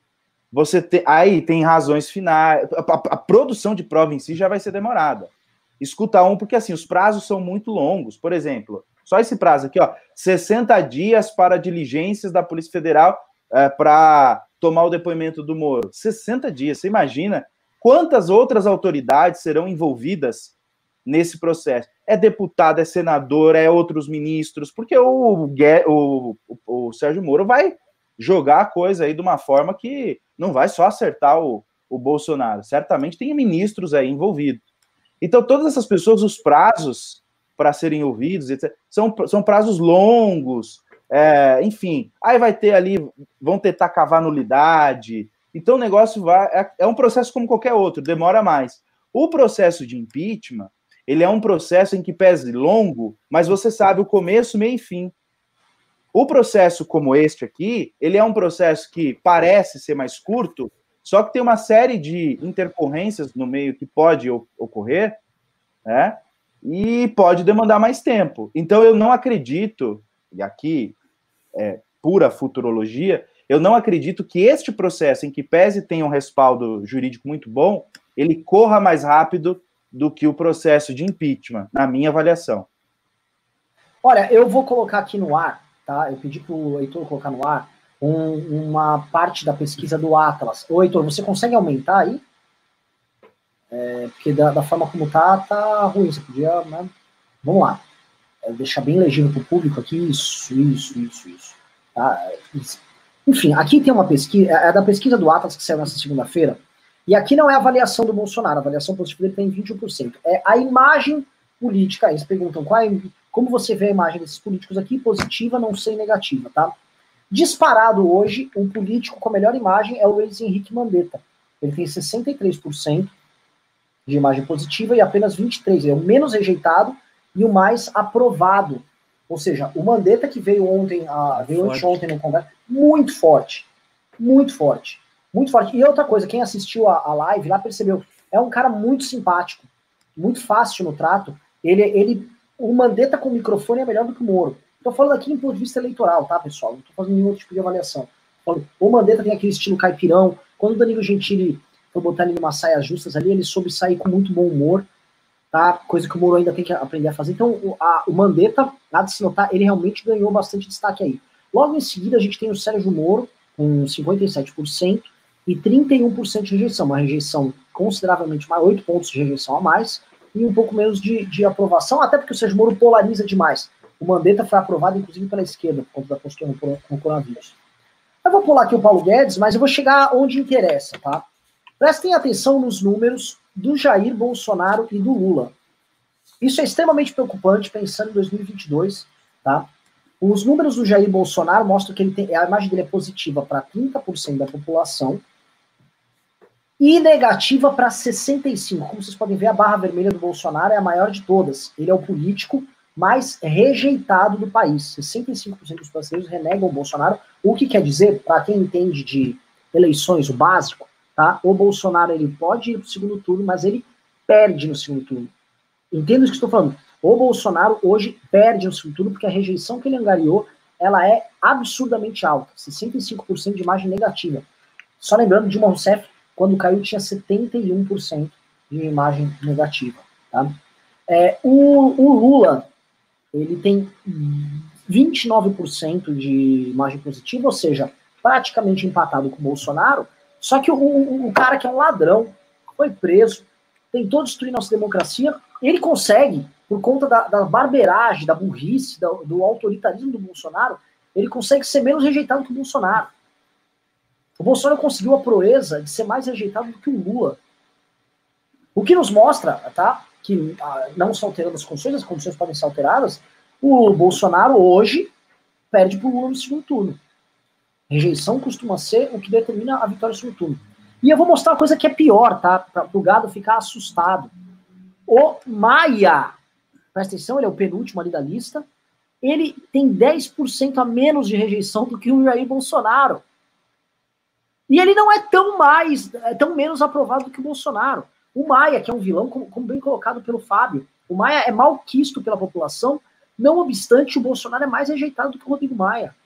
Aí tem razões finais. A produção de prova em si já vai ser demorada. Escuta porque assim, os prazos são muito longos. Por exemplo, só esse prazo aqui, 60 dias para diligências da Polícia Federal para tomar o depoimento do Moro. 60 dias, você imagina quantas outras autoridades serão envolvidas nesse processo? É deputado, é senador, é outros ministros, porque o Sérgio Moro vai jogar a coisa aí de uma forma que não vai só acertar o Bolsonaro. Certamente tem ministros aí envolvidos. Então, todas essas pessoas, os prazos para serem ouvidos, etc., são prazos longos, enfim. Aí vai ter ali, vão tentar cavar nulidade. Então, o negócio é um processo como qualquer outro, demora mais. O processo de impeachment, ele é um processo em que pese longo, mas você sabe o começo, meio e fim. O processo como este aqui, ele é um processo que parece ser mais curto, só que tem uma série de intercorrências no meio que pode ocorrer, né? E pode demandar mais tempo. Então, eu não acredito, e aqui é pura futurologia, eu não acredito que este processo, em que pese tenha um respaldo jurídico muito bom, ele corra mais rápido do que o processo de impeachment, na minha avaliação. Olha, eu vou colocar aqui no ar, tá? Eu pedi para o Heitor colocar no ar uma parte da pesquisa do Atlas. Ô, Heitor, você consegue aumentar aí? Porque da forma como tá ruim. Você podia, né? Vamos lá. Deixar bem legível para o público aqui. Isso. Tá? Enfim, aqui tem uma pesquisa, é da pesquisa do Atlas que saiu nessa segunda-feira. E aqui não é a avaliação do Bolsonaro, a avaliação positiva dele está em 21%. É a imagem política. Eles perguntam como você vê a imagem desses políticos aqui, positiva, não sei, negativa, tá? Disparado hoje, o político com a melhor imagem é o Luiz Henrique Mandetta. Ele tem 63% de imagem positiva e apenas 23%. Ele é o menos rejeitado e o mais aprovado. Ou seja, o Mandetta que veio anteontem no Congresso, muito forte. Muito forte. Muito forte. E outra coisa, quem assistiu a live lá percebeu, é um cara muito simpático, muito fácil no trato. O Mandetta com o microfone é melhor do que o Moro. Estou falando aqui em ponto de vista eleitoral, tá, pessoal? Não estou fazendo nenhum outro tipo de avaliação. O Mandetta tem aquele estilo caipirão. Quando o Danilo Gentili foi botar ele numa saia justas ali, ele soube sair com muito bom humor, tá? Coisa que o Moro ainda tem que aprender a fazer. Então, o Mandetta, lá de se notar, ele realmente ganhou bastante destaque aí. Logo em seguida, a gente tem o Sérgio Moro, com 57%, e 31% de rejeição. Uma rejeição consideravelmente mais, 8 pontos de rejeição a mais, e um pouco menos de aprovação, até porque o Sérgio Moro polariza demais. O Mandetta foi aprovado, inclusive, pela esquerda, por conta da postura com o coronavírus. Eu vou pular aqui o Paulo Guedes, mas eu vou chegar onde interessa, tá? Prestem atenção nos números do Jair Bolsonaro e do Lula. Isso é extremamente preocupante, pensando em 2022, tá? Os números do Jair Bolsonaro mostram que a imagem dele é positiva para 30% da população e negativa para 65%. Como vocês podem ver, a barra vermelha do Bolsonaro é a maior de todas. Ele é o político mais rejeitado do país. 65% dos brasileiros renegam o Bolsonaro, o que quer dizer, para quem entende de eleições, o básico, tá? O Bolsonaro ele pode ir para o segundo turno, mas ele perde no segundo turno. Entenda o que estou falando. O Bolsonaro hoje perde no segundo turno porque a rejeição que ele angariou, ela é absurdamente alta. 65% de imagem negativa. Só lembrando, Dilma Rousseff quando caiu tinha 71% de imagem negativa. Tá? O Lula, ele tem 29% de imagem positiva, ou seja, praticamente empatado com o Bolsonaro, só que o cara que é um ladrão, foi preso, tentou destruir nossa democracia, ele consegue, por conta da barbeiragem, da burrice, do autoritarismo do Bolsonaro, ele consegue ser menos rejeitado que o Bolsonaro. O Bolsonaro conseguiu a proeza de ser mais rejeitado do que o Lula. O que nos mostra, tá, que não se alterando as condições podem ser alteradas, o Bolsonaro hoje perde para o Lula no segundo turno. Rejeição costuma ser o que determina a vitória no segundo turno. E eu vou mostrar uma coisa que é pior, tá? Para o gado ficar assustado. O Maia, presta atenção, ele é o penúltimo ali da lista, ele tem 10% a menos de rejeição do que o Jair Bolsonaro. E ele não é tão menos aprovado do que o Bolsonaro. O Maia, que é um vilão, como bem colocado pelo Fábio, o Maia é malquisto pela população, não obstante, o Bolsonaro é mais rejeitado do que o Rodrigo Maia.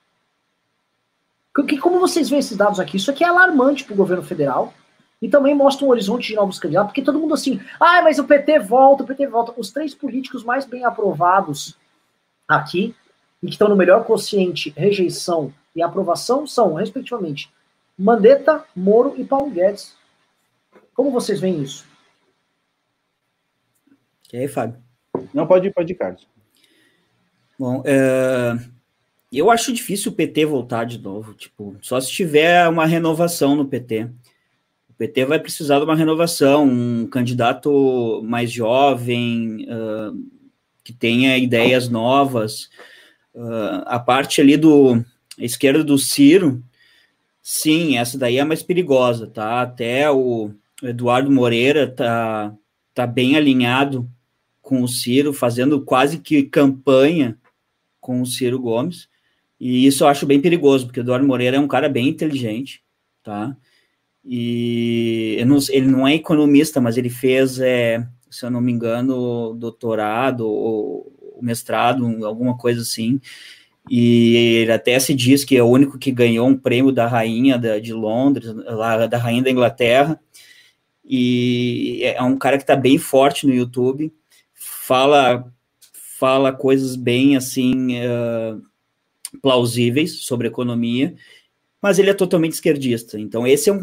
Como vocês veem esses dados aqui? Isso aqui é alarmante para o governo federal e também mostra um horizonte de novos candidatos, porque todo mundo assim, mas o PT volta, o PT volta. Os 3 políticos mais bem aprovados aqui, e que estão no melhor quociente rejeição e aprovação, são, respectivamente, Mandetta, Moro e Paulo Guedes. Como vocês veem isso? E aí, Fábio? Não, pode ir, Carlos. Bom, eu acho difícil o PT voltar de novo, tipo, só se tiver uma renovação no PT. O PT vai precisar de uma renovação, um candidato mais jovem, que tenha ideias novas. A parte ali a esquerda do Ciro, sim, essa daí é mais perigosa, tá? Até o Eduardo Moreira tá bem alinhado com o Ciro, fazendo quase que campanha com o Ciro Gomes. E isso eu acho bem perigoso, porque o Eduardo Moreira é um cara bem inteligente, tá? E ele não é economista, mas ele fez, se eu não me engano, doutorado ou mestrado, alguma coisa assim. E ele até se diz que é o único que ganhou um prêmio da rainha de Londres, lá, da rainha da Inglaterra. E é um cara que está bem forte no YouTube, fala coisas bem assim plausíveis sobre economia, mas ele é totalmente esquerdista. Então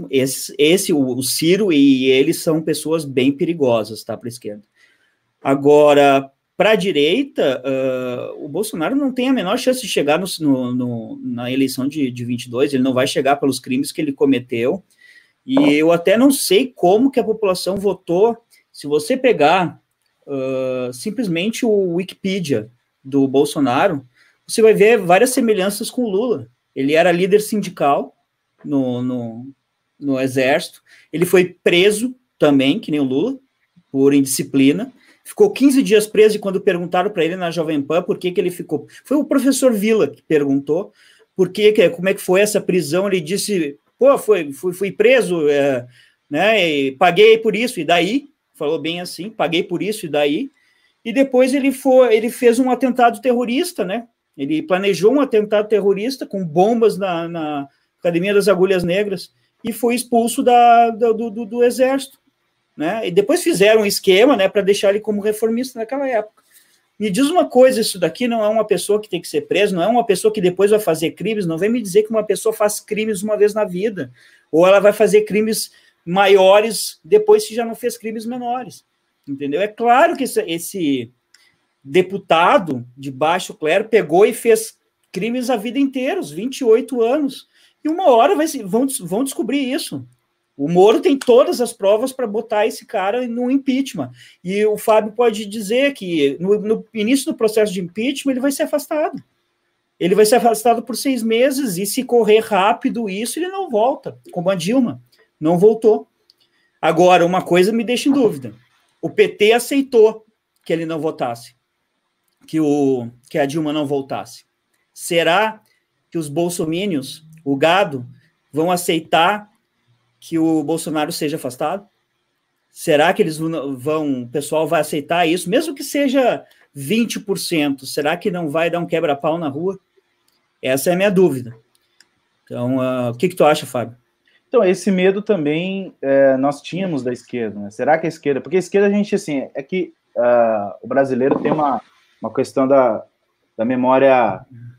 o Ciro e ele são pessoas bem perigosas, tá, para a esquerda. Agora, para a direita, o Bolsonaro não tem a menor chance de chegar na eleição de 22, ele não vai chegar pelos crimes que ele cometeu, e eu até não sei como que a população votou. Se você pegar simplesmente o Wikipedia do Bolsonaro, você vai ver várias semelhanças com o Lula. Ele era líder sindical no Exército, ele foi preso também, que nem o Lula, por indisciplina, ficou 15 dias preso, e quando perguntaram para ele na Jovem Pan por que ele ficou... Foi o professor Villa que perguntou como é que foi essa prisão, ele disse, fui preso, né, e paguei por isso, e daí? Falou bem assim, paguei por isso, e daí? E depois ele fez um atentado terrorista, né? Ele planejou um atentado terrorista com bombas na Academia das Agulhas Negras e foi expulso do Exército, né? E depois fizeram um esquema, né, para deixar ele como reformista naquela época. Me diz uma coisa, isso daqui não é uma pessoa que tem que ser presa, não é uma pessoa que depois vai fazer crimes, não vem me dizer que uma pessoa faz crimes uma vez na vida, ou ela vai fazer crimes maiores depois que já não fez crimes menores, entendeu? É claro que esse deputado de baixo clero pegou e fez crimes a vida inteira, os 28 anos, e uma hora vão descobrir isso. O Moro tem todas as provas para botar esse cara no impeachment, e o Fábio pode dizer que no início do processo de impeachment ele vai ser afastado. Ele vai ser afastado por 6 meses, e se correr rápido isso, ele não volta, como a Dilma, não voltou. Agora, uma coisa me deixa em dúvida, o PT aceitou que ele não votasse, que a Dilma não voltasse. Será que os bolsomínios, o gado, vão aceitar que o Bolsonaro seja afastado? Será que o pessoal vai aceitar isso, mesmo que seja 20%? Será que não vai dar um quebra-pau na rua? Essa é a minha dúvida. Então, o que tu acha, Fábio? Então, esse medo também nós tínhamos da esquerda, né? Será que a esquerda... Porque a esquerda, a gente, assim, é que o brasileiro tem uma questão da memória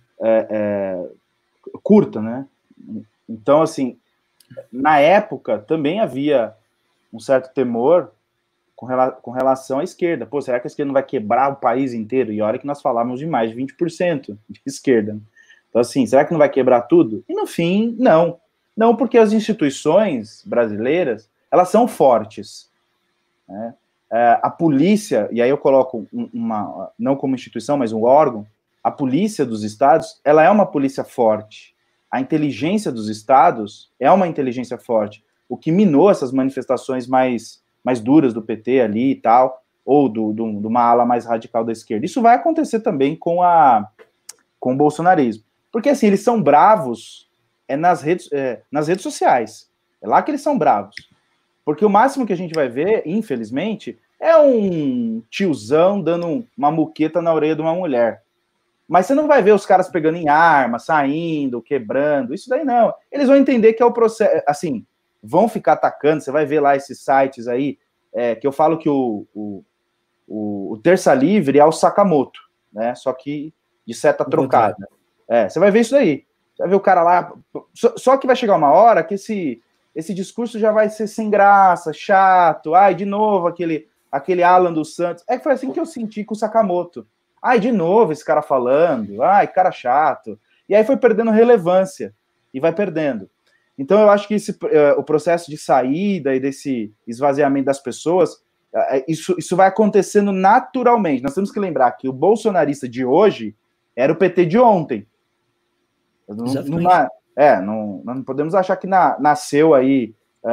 curta, né? Então, assim, na época também havia um certo temor com relação à esquerda. Pô, será que a esquerda não vai quebrar o país inteiro? E olha que nós falávamos de mais de 20% de esquerda. Então, assim, será que não vai quebrar tudo? E no fim, não. Não, porque as instituições brasileiras, elas são fortes, né? A polícia, e aí eu coloco não como instituição, mas um órgão, a polícia dos estados, ela é uma polícia forte. A inteligência dos estados é uma inteligência forte. O que minou essas manifestações mais duras do PT ali e tal, ou de uma ala mais radical da esquerda. Isso vai acontecer também com o bolsonarismo. Porque, assim, eles são bravos nas redes sociais. É lá que eles são bravos. Porque o máximo que a gente vai ver, infelizmente, é um tiozão dando uma muqueta na orelha de uma mulher. Mas você não vai ver os caras pegando em arma, saindo, quebrando, isso daí não. Eles vão entender que é o processo, assim, vão ficar atacando, você vai ver lá esses sites aí, que eu falo que o Terça Livre é o Sakamoto, né? Só que de seta trocada. Você vai ver isso daí. Você vai ver o cara lá. Só que vai chegar uma hora que esse discurso já vai ser sem graça, chato. Ai, de novo, aquele Alan dos Santos. Foi assim que eu senti com o Sakamoto. Ai, de novo esse cara falando. Ai, cara chato. E aí foi perdendo relevância. E vai perdendo. Então eu acho que o processo de saída e desse esvaziamento das pessoas, isso vai acontecendo naturalmente. Nós temos que lembrar que o bolsonarista de hoje era o PT de ontem. Não podemos achar que nasceu aí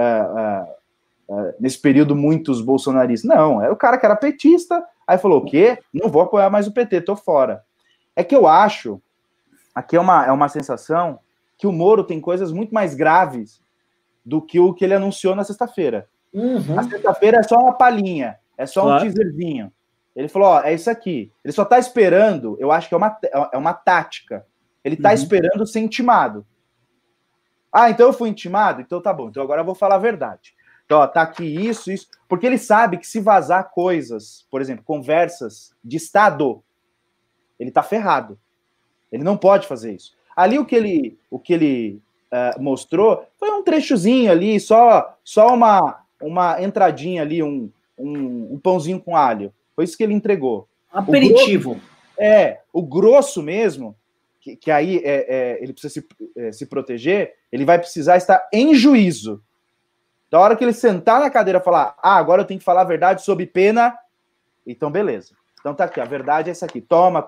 nesse período muitos bolsonaristas. Não, era o cara que era petista, aí falou, o quê? Não vou apoiar mais o PT, tô fora. É que eu acho, aqui é uma sensação, que o Moro tem coisas muito mais graves do que o que ele anunciou na sexta-feira. Uhum. A sexta-feira é só uma palhinha, é só um teaserzinho. Ele falou, é isso aqui. Ele só tá esperando, eu acho que é uma tática. Ele tá esperando ser intimado. Ah, então eu fui intimado? Então tá bom. Então agora eu vou falar a verdade. Então, tá aqui isso. Porque ele sabe que se vazar coisas, por exemplo, conversas de Estado, ele tá ferrado. Ele não pode fazer isso. Ali o que ele mostrou foi um trechozinho ali, só uma entradinha ali, um pãozinho com alho. Foi isso que ele entregou. Aperitivo. O grosso mesmo, que aí ele precisa se proteger, ele vai precisar estar em juízo. Da hora que ele sentar na cadeira e falar, agora eu tenho que falar a verdade sob pena, então beleza. Então tá aqui, a verdade é essa aqui. Toma.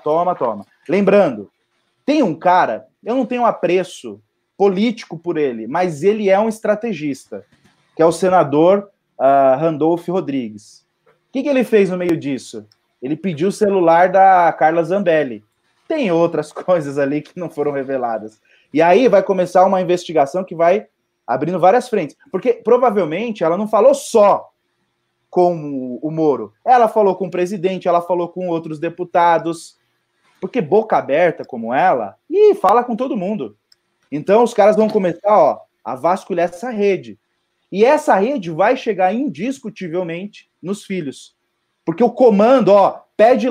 Lembrando, tem um cara, eu não tenho apreço político por ele, mas ele é um estrategista, que é o senador Randolph Rodrigues. O que ele fez no meio disso? Ele pediu o celular da Carla Zambelli. Tem outras coisas ali que não foram reveladas. E aí vai começar uma investigação que vai abrindo várias frentes. Porque provavelmente ela não falou só com o Moro. Ela falou com o presidente, ela falou com outros deputados. Porque boca aberta como ela, fala com todo mundo. Então os caras vão começar a vasculhar essa rede. E essa rede vai chegar indiscutivelmente nos filhos. Porque o comando, pede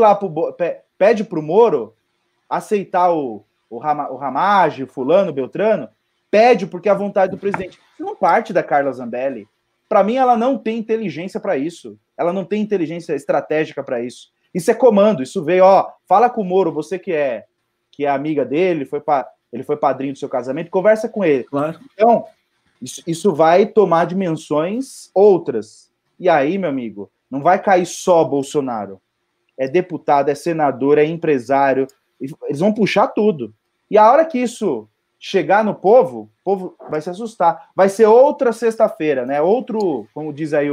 pro Moro aceitar o Ramage, o fulano, o Beltrano, pede porque é a vontade do presidente. Isso não parte da Carla Zambelli. Para mim, ela não tem inteligência para isso. Ela não tem inteligência estratégica para isso. Isso é comando, isso veio, fala com o Moro, você que é amiga dele, ele foi padrinho do seu casamento, conversa com ele. Claro. Então, isso vai tomar dimensões outras. E aí, meu amigo, não vai cair só Bolsonaro. É deputado, é senador, é empresário. Eles vão puxar tudo. E a hora que isso chegar no povo, o povo vai se assustar. Vai ser outra sexta-feira, né? Outro, como diz aí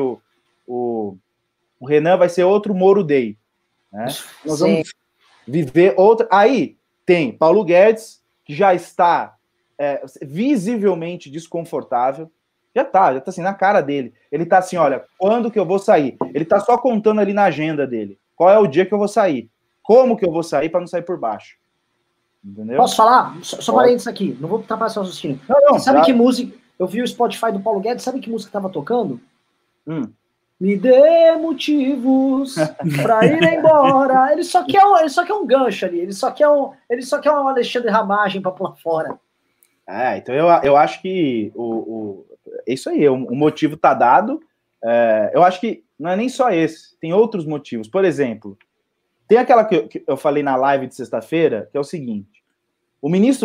o Renan, vai ser outro Moro Day. Né? Nós vamos viver outra. Aí tem Paulo Guedes, que já está visivelmente desconfortável. Já tá assim, na cara dele. Ele tá assim, olha, quando que eu vou sair? Ele tá só contando ali na agenda dele. Qual é o dia que eu vou sair? Como que eu vou sair para não sair por baixo? Entendeu? Posso falar? Só parei isso aqui. Não vou tapar esse raciocínio. Não, sabe que música... eu vi o Spotify do Paulo Guedes, sabe que música estava tocando? Me dê motivos para ir embora. Ele só quer um gancho ali, ele só quer um Alexandre Ramagem para pular fora. Então eu acho que é isso aí, o motivo tá dado. Eu acho que não é nem só esse, tem outros motivos. Por exemplo, tem aquela que eu falei na live de sexta-feira, que é o seguinte: o ministro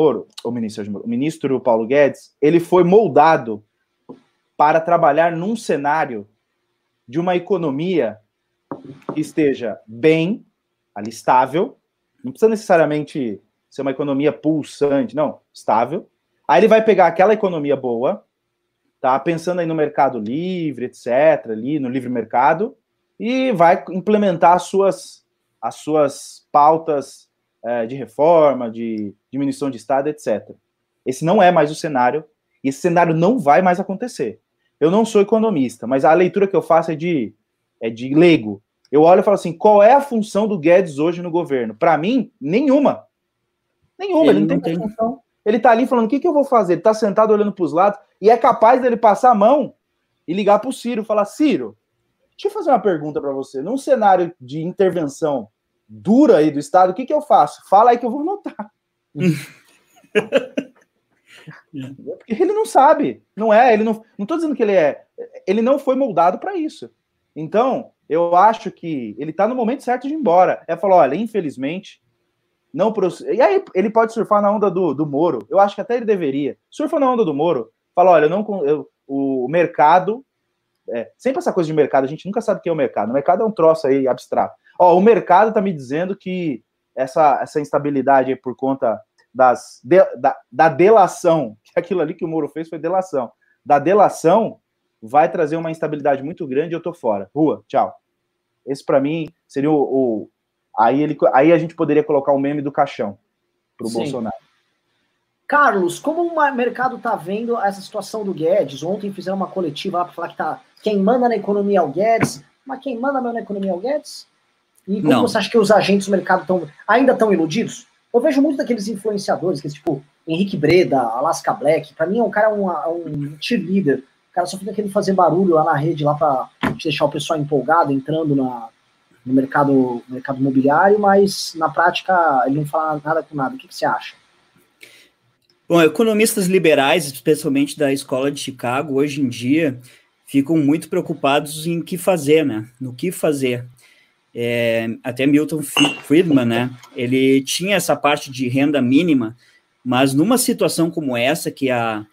Paulo Guedes, ele foi moldado para trabalhar num cenário de uma economia que esteja bem, ali estável, não precisa necessariamente ser uma economia pulsante, não, estável. Aí ele vai pegar aquela economia boa, tá, pensando aí no mercado livre, etc., ali no livre mercado, e vai implementar as suas pautas de reforma, de diminuição de Estado, etc. Esse não é mais o cenário, e esse cenário não vai mais acontecer. Eu não sou economista, mas a leitura que eu faço é de leigo. Eu olho e falo assim, qual é a função do Guedes hoje no governo? Para mim, nenhuma. Ele não tem função. Ele está ali falando, o que eu vou fazer? Ele está sentado olhando para os lados, e é capaz dele passar a mão e ligar para o Ciro, falar, Ciro, deixa eu fazer uma pergunta para você. Num cenário de intervenção dura aí do Estado, o que eu faço? Fala aí que eu vou notar. Porque ele não sabe, não estou dizendo que ele não foi moldado para isso. Então, eu acho que ele está no momento certo de ir embora. Falou, olha, infelizmente, não. E aí ele pode surfar na onda do Moro. Eu acho que até ele deveria. Surfa na onda do Moro. Fala, olha, o mercado. Sempre essa coisa de mercado, a gente nunca sabe o que é o mercado. O mercado é um troço aí abstrato. O mercado está me dizendo que essa instabilidade aí por conta da delação, que aquilo ali que o Moro fez foi delação. Da delação vai trazer uma instabilidade muito grande e eu tô fora. Rua, tchau. Esse para mim seria Aí a gente poderia colocar o meme do caixão pro Bolsonaro. Carlos, como o mercado está vendo essa situação do Guedes? Ontem fizeram uma coletiva lá para falar que quem manda na economia é o Guedes, mas quem manda na economia é o Guedes? E como você acha que os agentes do mercado ainda estão iludidos? Eu vejo muito daqueles influenciadores, que tipo Henrique Breda, Alaska Black, para mim o cara é um cheerleader. O cara só fica querendo fazer barulho lá na rede, lá para deixar o pessoal empolgado, entrando no mercado imobiliário, mas na prática ele não fala nada com nada. O que você acha? Bom, economistas liberais, especialmente da Escola de Chicago, hoje em dia, ficam muito preocupados em que fazer, né? No que fazer. Até Milton Friedman, né? Ele tinha essa parte de renda mínima, mas numa situação como essa, que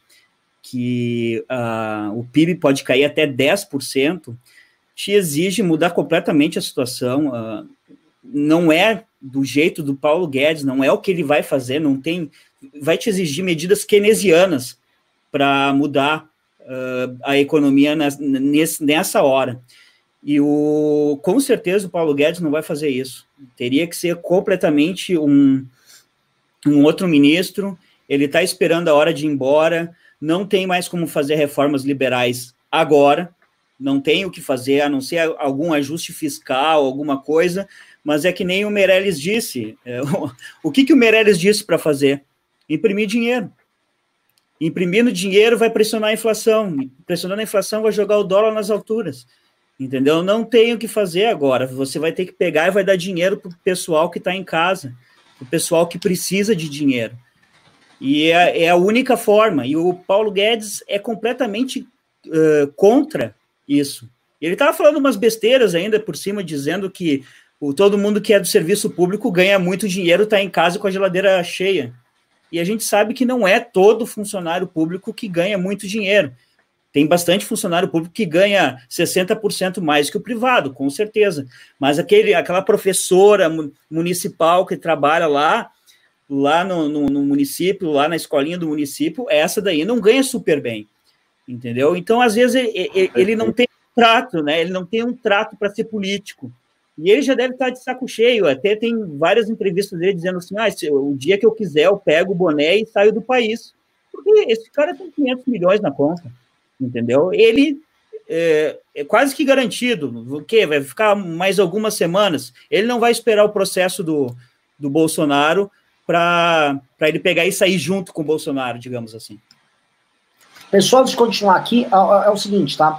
o PIB pode cair até 10%, te exige mudar completamente a situação. Não é do jeito do Paulo Guedes, não é o que ele vai fazer, vai te exigir medidas keynesianas para mudar a economia nessa hora. E com certeza o Paulo Guedes não vai fazer isso. Teria que ser completamente um outro ministro. Ele está esperando a hora de ir embora, não tem mais como fazer reformas liberais agora, não tem o que fazer, a não ser algum ajuste fiscal, alguma coisa, mas é que nem o Meirelles disse. O que o Meirelles disse para fazer? Imprimir dinheiro. Imprimindo dinheiro vai pressionar a inflação. Pressionando a inflação vai jogar o dólar nas alturas. Entendeu? Não tem o que fazer agora. Você vai ter que pegar e vai dar dinheiro para o pessoal que está em casa, para o pessoal que precisa de dinheiro. E é a única forma. E o Paulo Guedes é completamente contra isso. Ele estava falando umas besteiras ainda por cima, dizendo que todo mundo que é do serviço público ganha muito dinheiro, está em casa com a geladeira cheia. E a gente sabe que não é todo funcionário público que ganha muito dinheiro. Tem bastante funcionário público que ganha 60% mais que o privado, com certeza. Mas aquela professora municipal que trabalha lá no município, lá na escolinha do município, essa daí não ganha super bem, entendeu? Então, às vezes, ele não tem trato, né? Ele não tem um trato para ser político. E ele já deve estar de saco cheio. Até tem várias entrevistas dele dizendo assim, o dia que eu quiser, eu pego o boné e saio do país. Porque esse cara tem 500 milhões na conta, entendeu? Ele é quase que garantido. O quê? Vai ficar mais algumas semanas. Ele não vai esperar o processo do Bolsonaro para ele pegar e sair junto com o Bolsonaro, digamos assim. Pessoal, antes de continuar aqui, é o seguinte, tá?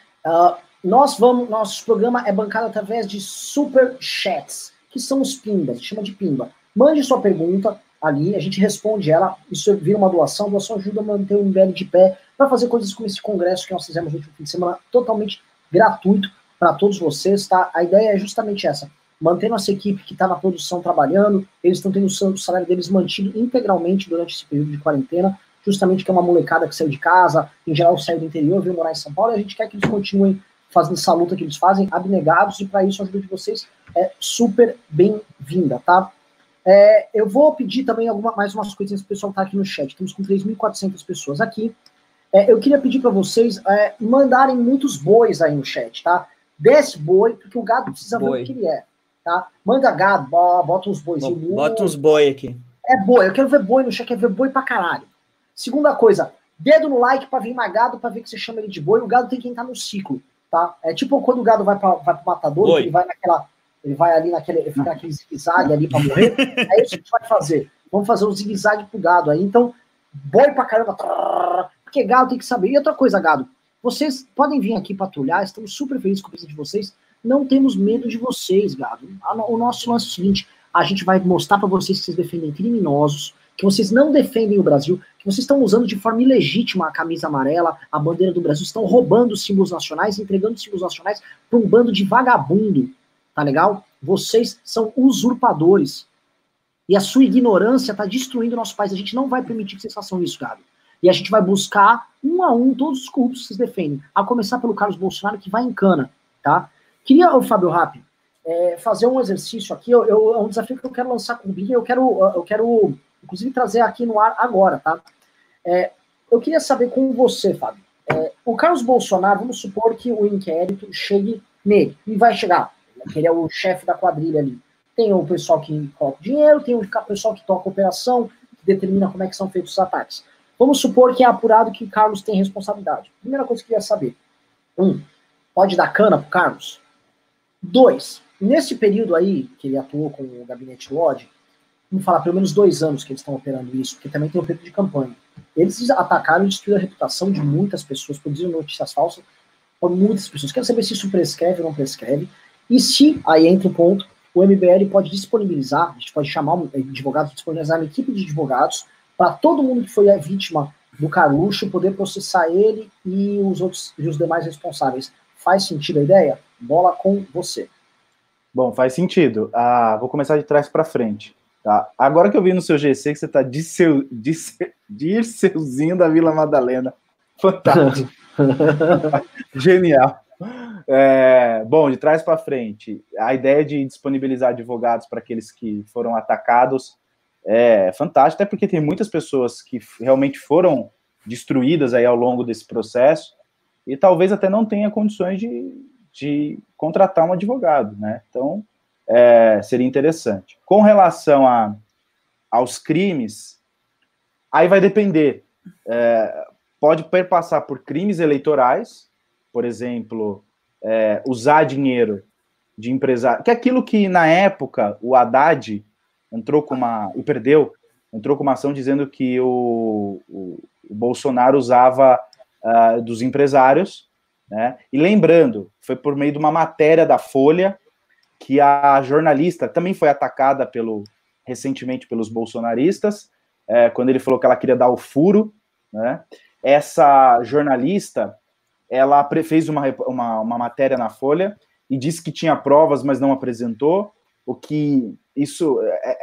Nosso programa é bancado através de super chats, que são os pimbas, chama de pimba. Mande sua pergunta ali, a gente responde ela, isso vira uma doação, doação ajuda a manter o MBL de pé, para fazer coisas como esse congresso que nós fizemos no último fim de semana, totalmente gratuito para todos vocês, tá? A ideia é justamente essa, manter nossa equipe que está na produção trabalhando, eles estão tendo o salário deles mantido integralmente durante esse período de quarentena, justamente que é uma molecada que saiu de casa, em geral saiu do interior, veio morar em São Paulo, e a gente quer que eles continuem fazendo essa luta que eles fazem, abnegados, e para isso a ajuda de vocês é super bem-vinda, tá? Eu vou pedir também mais umas coisinhas para o pessoal que tá aqui no chat, estamos com 3.400 pessoas aqui. Eu queria pedir para vocês mandarem muitos bois aí no chat, tá? Desce boi, porque o gado precisa ver o que ele é, tá? Manda gado, bota uns bois. Bota uns boi aqui. É boi, eu quero ver boi no chat, quero ver boi pra caralho. Segunda coisa, dedo no like pra vir mais gado, pra ver que você chama ele de boi. O gado tem que entrar no ciclo, tá? É tipo quando o gado vai pro matador, ele vai ali ele fica naquele zigue-zague ali pra morrer. É isso que a gente vai fazer. Vamos fazer um zigue-zague pro gado aí. Então, boi pra caramba, porque gado tem que saber. E outra coisa, gado, vocês podem vir aqui patrulhar, estamos super felizes com a presença de vocês. Não temos medo de vocês, gado. O nosso lance é o seguinte, a gente vai mostrar pra vocês que vocês defendem criminosos, que vocês não defendem o Brasil, que vocês estão usando de forma ilegítima a camisa amarela, a bandeira do Brasil, estão roubando os símbolos nacionais, entregando os símbolos nacionais para um bando de vagabundo, tá legal? Vocês são usurpadores. E a sua ignorância está destruindo o nosso país. A gente não vai permitir que vocês façam isso, gado. E a gente vai buscar, um a um, todos os corruptos que vocês defendem. A começar pelo Carlos Bolsonaro, que vai em cana, tá? Queria, o Fábio Rappi, fazer um exercício aqui. É um desafio que eu quero lançar com o Binha. Eu quero inclusive trazer aqui no ar agora, tá? Eu queria saber com você, Fábio. O Carlos Bolsonaro, vamos supor que o inquérito chegue nele, e vai chegar, que ele é o chefe da quadrilha ali. Tem o pessoal que coloca o dinheiro, tem o pessoal que toca a operação, que determina como é que são feitos os ataques. Vamos supor que é apurado que Carlos tem responsabilidade. Primeira coisa que eu queria saber. 1. Pode dar cana pro Carlos? 2. Nesse período aí, que ele atuou com o Gabinete Lodge, vamos falar, pelo menos 2 anos que eles estão operando isso, porque também tem o período de campanha. Eles atacaram e destruíram a reputação de muitas pessoas, produziram notícias falsas por muitas pessoas. Quero saber se isso prescreve ou não prescreve. E se, aí entra o ponto, o MBL pode disponibilizar, a gente pode chamar um advogado, disponibilizar uma equipe de advogados para todo mundo que foi a vítima do Carluxo poder processar ele e os demais responsáveis. Faz sentido a ideia? Bola com você. Bom, faz sentido. Vou começar de trás para frente. Tá? Agora que eu vi no seu GC que você está Dirceuzinho da Vila Madalena. Fantástico. Genial. Bom, de trás para frente, a ideia de disponibilizar advogados para aqueles que foram atacados é fantástica, até porque tem muitas pessoas que realmente foram destruídas aí ao longo desse processo e talvez até não tenha condições de contratar um advogado, né? Então, seria interessante. Com relação aos crimes, aí vai depender. Pode perpassar por crimes eleitorais, por exemplo, usar dinheiro de empresário, que é aquilo que, na época, o Haddad entrou com uma ação dizendo que o Bolsonaro usava dos empresários, né? E lembrando, foi por meio de uma matéria da Folha, que a jornalista também foi atacada recentemente pelos bolsonaristas, quando ele falou que ela queria dar o furo, né? Essa jornalista, ela fez uma matéria na Folha e disse que tinha provas, mas não apresentou, isso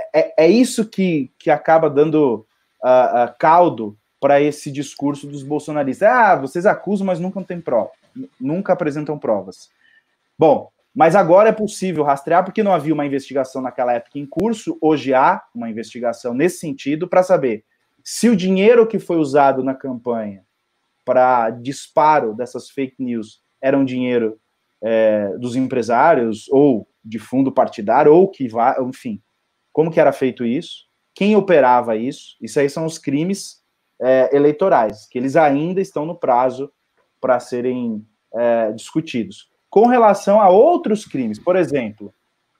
que acaba dando caldo para esse discurso dos bolsonaristas. Vocês acusam, mas nunca apresentam provas. Bom, mas agora é possível rastrear, porque não havia uma investigação naquela época em curso, hoje há uma investigação nesse sentido, para saber se o dinheiro que foi usado na campanha para disparo dessas fake news era um dinheiro dos empresários, ou de fundo partidário, ou enfim, como que era feito isso, quem operava isso aí são os crimes eleitorais, que eles ainda estão no prazo para serem discutidos. Com relação a outros crimes, por exemplo,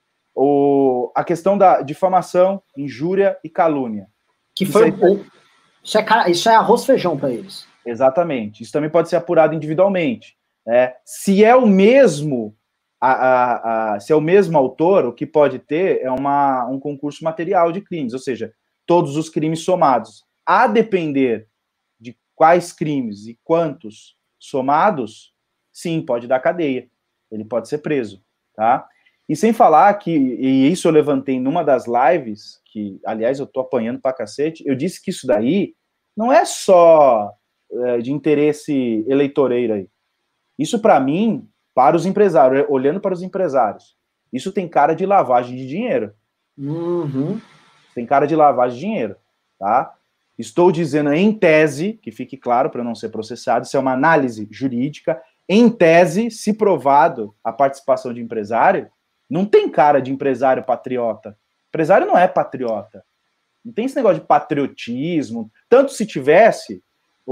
a questão da difamação, injúria e calúnia. Que foi isso é arroz e feijão para eles. Exatamente. Isso também pode ser apurado individualmente. Se é o mesmo se é o mesmo autor, o que pode ter é um concurso material de crimes, ou seja, todos os crimes somados. A depender de quais crimes e quantos somados, sim, pode dar cadeia. Ele pode ser preso, tá? E sem falar que, e isso eu levantei numa das lives, que, aliás, eu tô apanhando pra cacete, eu disse que isso daí não é só de interesse eleitoreiro aí. Isso, para mim, para os empresários, olhando para os empresários, isso tem cara de lavagem de dinheiro. Uhum. Tem cara de lavagem de dinheiro, tá? Estou dizendo em tese, que fique claro para eu não ser processado, isso é uma análise jurídica. Em tese, se provado a participação de empresário, não tem cara de empresário patriota. Empresário não é patriota. Não tem esse negócio de patriotismo. Tanto se tivesse,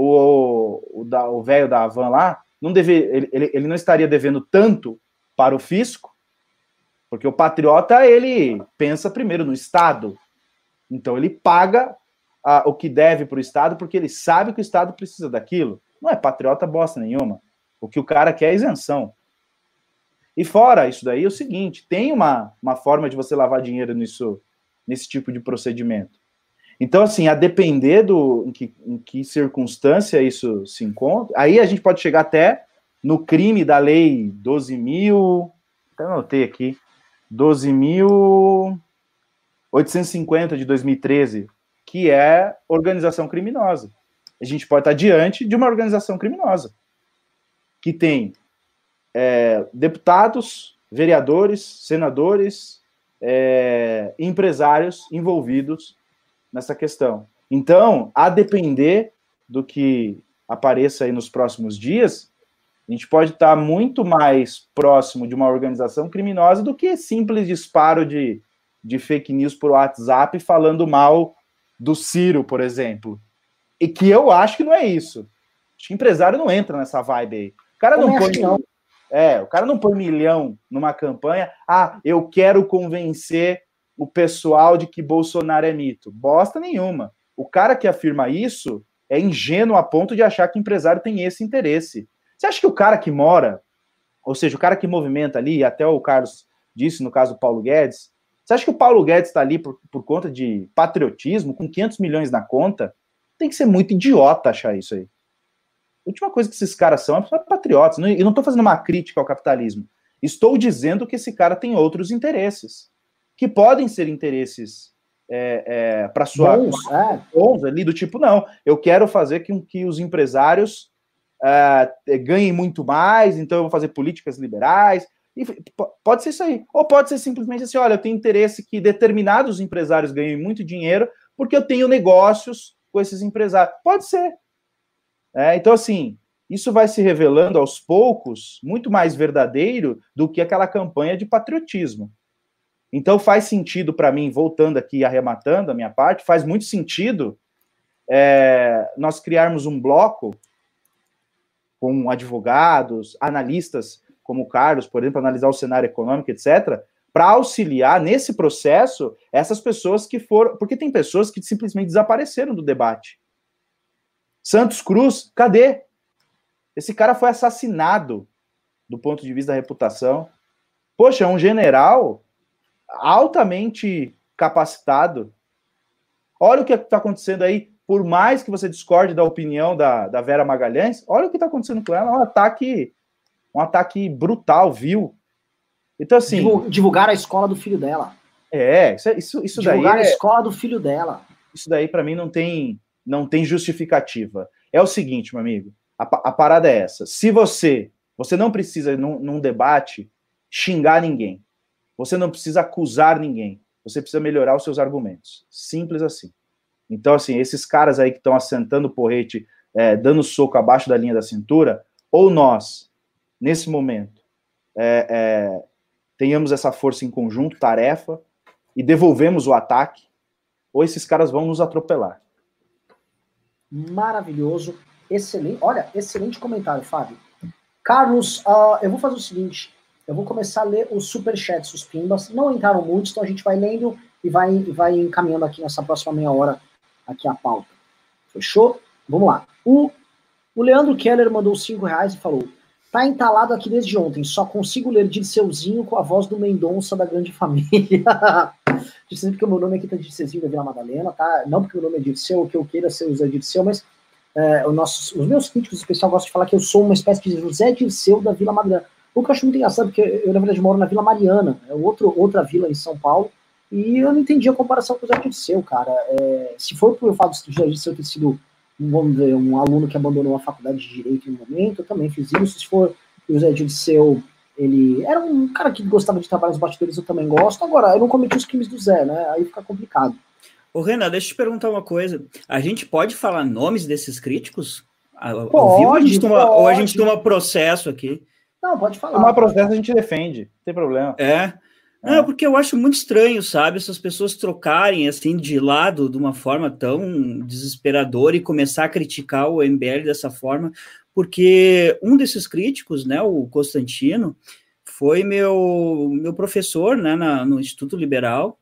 o velho da Havan lá, ele não estaria devendo tanto para o fisco, porque o patriota, ele pensa primeiro no Estado. Então, ele paga o que deve para o Estado, porque ele sabe que o Estado precisa daquilo. Não é patriota bosta nenhuma. O que o cara quer é isenção. E fora isso daí, é o seguinte, tem uma forma de você lavar dinheiro nesse tipo de procedimento. Então, assim, a depender em que circunstância isso se encontra, aí a gente pode chegar até no crime da lei 12.000, até anotei aqui, 12.850 de 2013, que é organização criminosa. A gente pode estar diante de uma organização criminosa, que tem deputados, vereadores, senadores, empresários envolvidos nessa questão. Então, a depender do que apareça aí nos próximos dias, a gente pode estar muito mais próximo de uma organização criminosa do que simples disparo de fake news por WhatsApp falando mal do Ciro, por exemplo. E que eu acho que não é isso. Acho que empresário não entra nessa vibe aí. O cara não põe... o cara não põe milhão numa campanha. Eu quero convencer o pessoal de que Bolsonaro é mito. Bosta nenhuma. O cara que afirma isso é ingênuo a ponto de achar que o empresário tem esse interesse. Você acha que o cara que mora, ou seja, o cara que movimenta ali, até o Carlos disse no caso do Paulo Guedes, você acha que o Paulo Guedes está ali por conta de patriotismo, com 500 milhões na conta? Tem que ser muito idiota achar isso aí. A última coisa que esses caras são é patriotas. E não estou fazendo uma crítica ao capitalismo. Estou dizendo que esse cara tem outros interesses, que podem ser interesses para sua bons ali, do tipo, não, eu quero fazer que os empresários ganhem muito mais, então eu vou fazer políticas liberais. E pode ser isso aí. Ou pode ser simplesmente assim, olha, eu tenho interesse que determinados empresários ganhem muito dinheiro porque eu tenho negócios com esses empresários. Pode ser. Então, assim, isso vai se revelando aos poucos muito mais verdadeiro do que aquela campanha de patriotismo. Então, faz sentido para mim, voltando aqui, arrematando a minha parte, faz muito sentido nós criarmos um bloco com advogados, analistas como o Carlos, por exemplo, analisar o cenário econômico, etc., para auxiliar nesse processo essas pessoas que foram... Porque tem pessoas que simplesmente desapareceram do debate. Santos Cruz, cadê? Esse cara foi assassinado do ponto de vista da reputação. Poxa, é um general altamente capacitado. Olha o que está acontecendo aí. Por mais que você discorde da opinião da Vera Magalhães, olha o que está acontecendo com ela. Um ataque brutal, vil. Então, assim... Divulgar a escola do filho dela. Isso divulgar daí... a escola do filho dela. Isso daí, para mim, não tem justificativa. É o seguinte, meu amigo, a parada é essa. Se você não precisa, num debate, xingar ninguém. Você não precisa acusar ninguém. Você precisa melhorar os seus argumentos. Simples assim. Então, assim, esses caras aí que estão assentando o porrete, dando soco abaixo da linha da cintura, ou nós, nesse momento, tenhamos essa força em conjunto, tarefa, e devolvemos o ataque, ou esses caras vão nos atropelar. Maravilhoso, excelente. Olha, excelente comentário, Fábio. Carlos, eu vou fazer o seguinte, eu vou começar a ler os superchats, os pimbas. Não entraram muitos, então a gente vai lendo e vai encaminhando aqui nessa próxima meia hora aqui a pauta. Fechou? Vamos lá. O O Leandro Keller mandou R$5 e falou: tá entalado aqui desde ontem, só consigo ler Dirceuzinho com a voz do Mendonça da Grande Família. Dirceuzinho, porque o meu nome aqui tá Dirceuzinho da Vila Madalena, tá? Não porque o meu nome é Dirceu, que eu queira ser o Zé Dirceu, mas os meus críticos especial gostam de falar que eu sou uma espécie de José Dirceu da Vila Madalena. O que eu acho muito engraçado, porque eu, na verdade, moro na Vila Mariana, outra vila em São Paulo, e eu não entendi a comparação com o Zé Dirceu, cara. Se for por fato do Zé Dirceu ter sido, vamos dizer, um aluno que abandonou a faculdade de Direito em um momento, eu também fiz isso. Se for o Zé Dirceu, ele era um cara que gostava de trabalhar nos bastidores, eu também gosto. Agora, eu não cometi os crimes do Zé, né? Aí fica complicado. Ô, Renan, deixa eu te perguntar uma coisa. A gente pode falar nomes desses críticos? Ao vivo, ou a gente toma processo aqui? Não, pode falar. Tomar processo a gente defende, não tem problema. Não, porque eu acho muito estranho, sabe, essas pessoas trocarem, assim, de lado de uma forma tão desesperadora e começar a criticar o MBL dessa forma, porque um desses críticos, né, o Constantino, foi meu professor, né, no Instituto Liberal,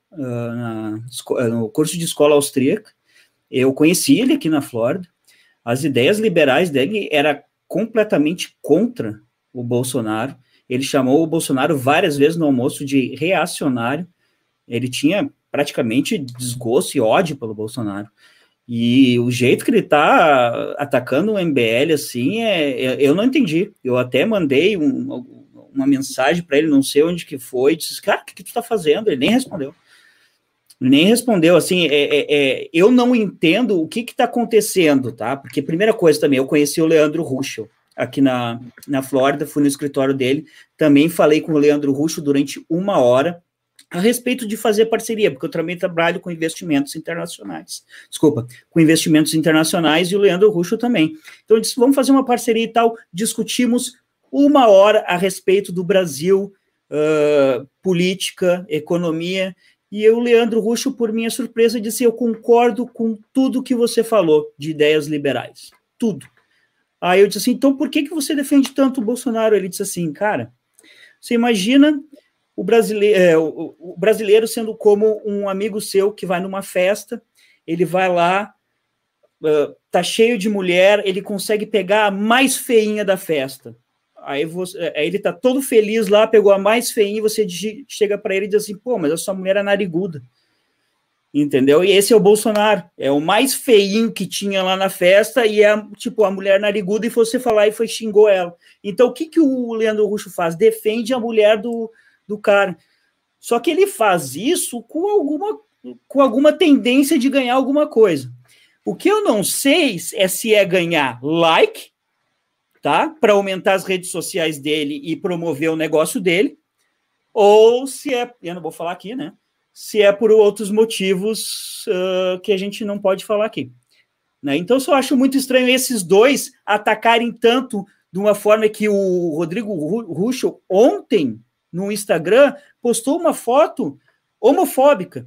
no curso de escola austríaca. Eu conheci ele aqui na Flórida. As ideias liberais dele eram completamente contra o Bolsonaro. Ele chamou o Bolsonaro várias vezes no almoço de reacionário. Ele tinha praticamente desgosto e ódio pelo Bolsonaro. E o jeito que ele está atacando o MBL, assim, eu não entendi. Eu até mandei uma mensagem para ele, não sei onde que foi, disse, cara, o que tu está fazendo? Ele nem respondeu. Assim, eu não entendo o que está acontecendo, tá? Porque, primeira coisa também, eu conheci o Leandro Ruschel aqui na Flórida, fui no escritório dele, também falei com o Leandro Ruschel durante 1 hora a respeito de fazer parceria, porque eu também trabalho com investimentos internacionais. Com investimentos internacionais e o Leandro Ruschel também. Então, eu disse, vamos fazer uma parceria e tal, discutimos 1 hora a respeito do Brasil, política, economia, e o Leandro Ruschel, por minha surpresa, disse, eu concordo com tudo que você falou de ideias liberais, tudo. Aí eu disse assim, então por que você defende tanto o Bolsonaro? Ele disse assim, cara, você imagina o brasileiro sendo como um amigo seu que vai numa festa, ele vai lá, tá cheio de mulher, ele consegue pegar a mais feinha da festa. Aí ele tá todo feliz lá, pegou a mais feinha, e você chega para ele e diz assim, pô, mas a sua mulher é nariguda. Entendeu? E esse é o Bolsonaro, é o mais feinho que tinha lá na festa, e é tipo a mulher nariguda, e você falar e xingou ela. Então o que o Leandro Ruschel faz? Defende a mulher do cara. Só que ele faz isso com alguma tendência de ganhar alguma coisa. O que eu não sei é se é ganhar like, tá? Para aumentar as redes sociais dele e promover o negócio dele, ou se é, eu não vou falar aqui, né? Se é por outros motivos que a gente não pode falar aqui. Né? Então, eu só acho muito estranho esses dois atacarem tanto de uma forma que o Rodrigo Ruschel, ontem, no Instagram, postou uma foto homofóbica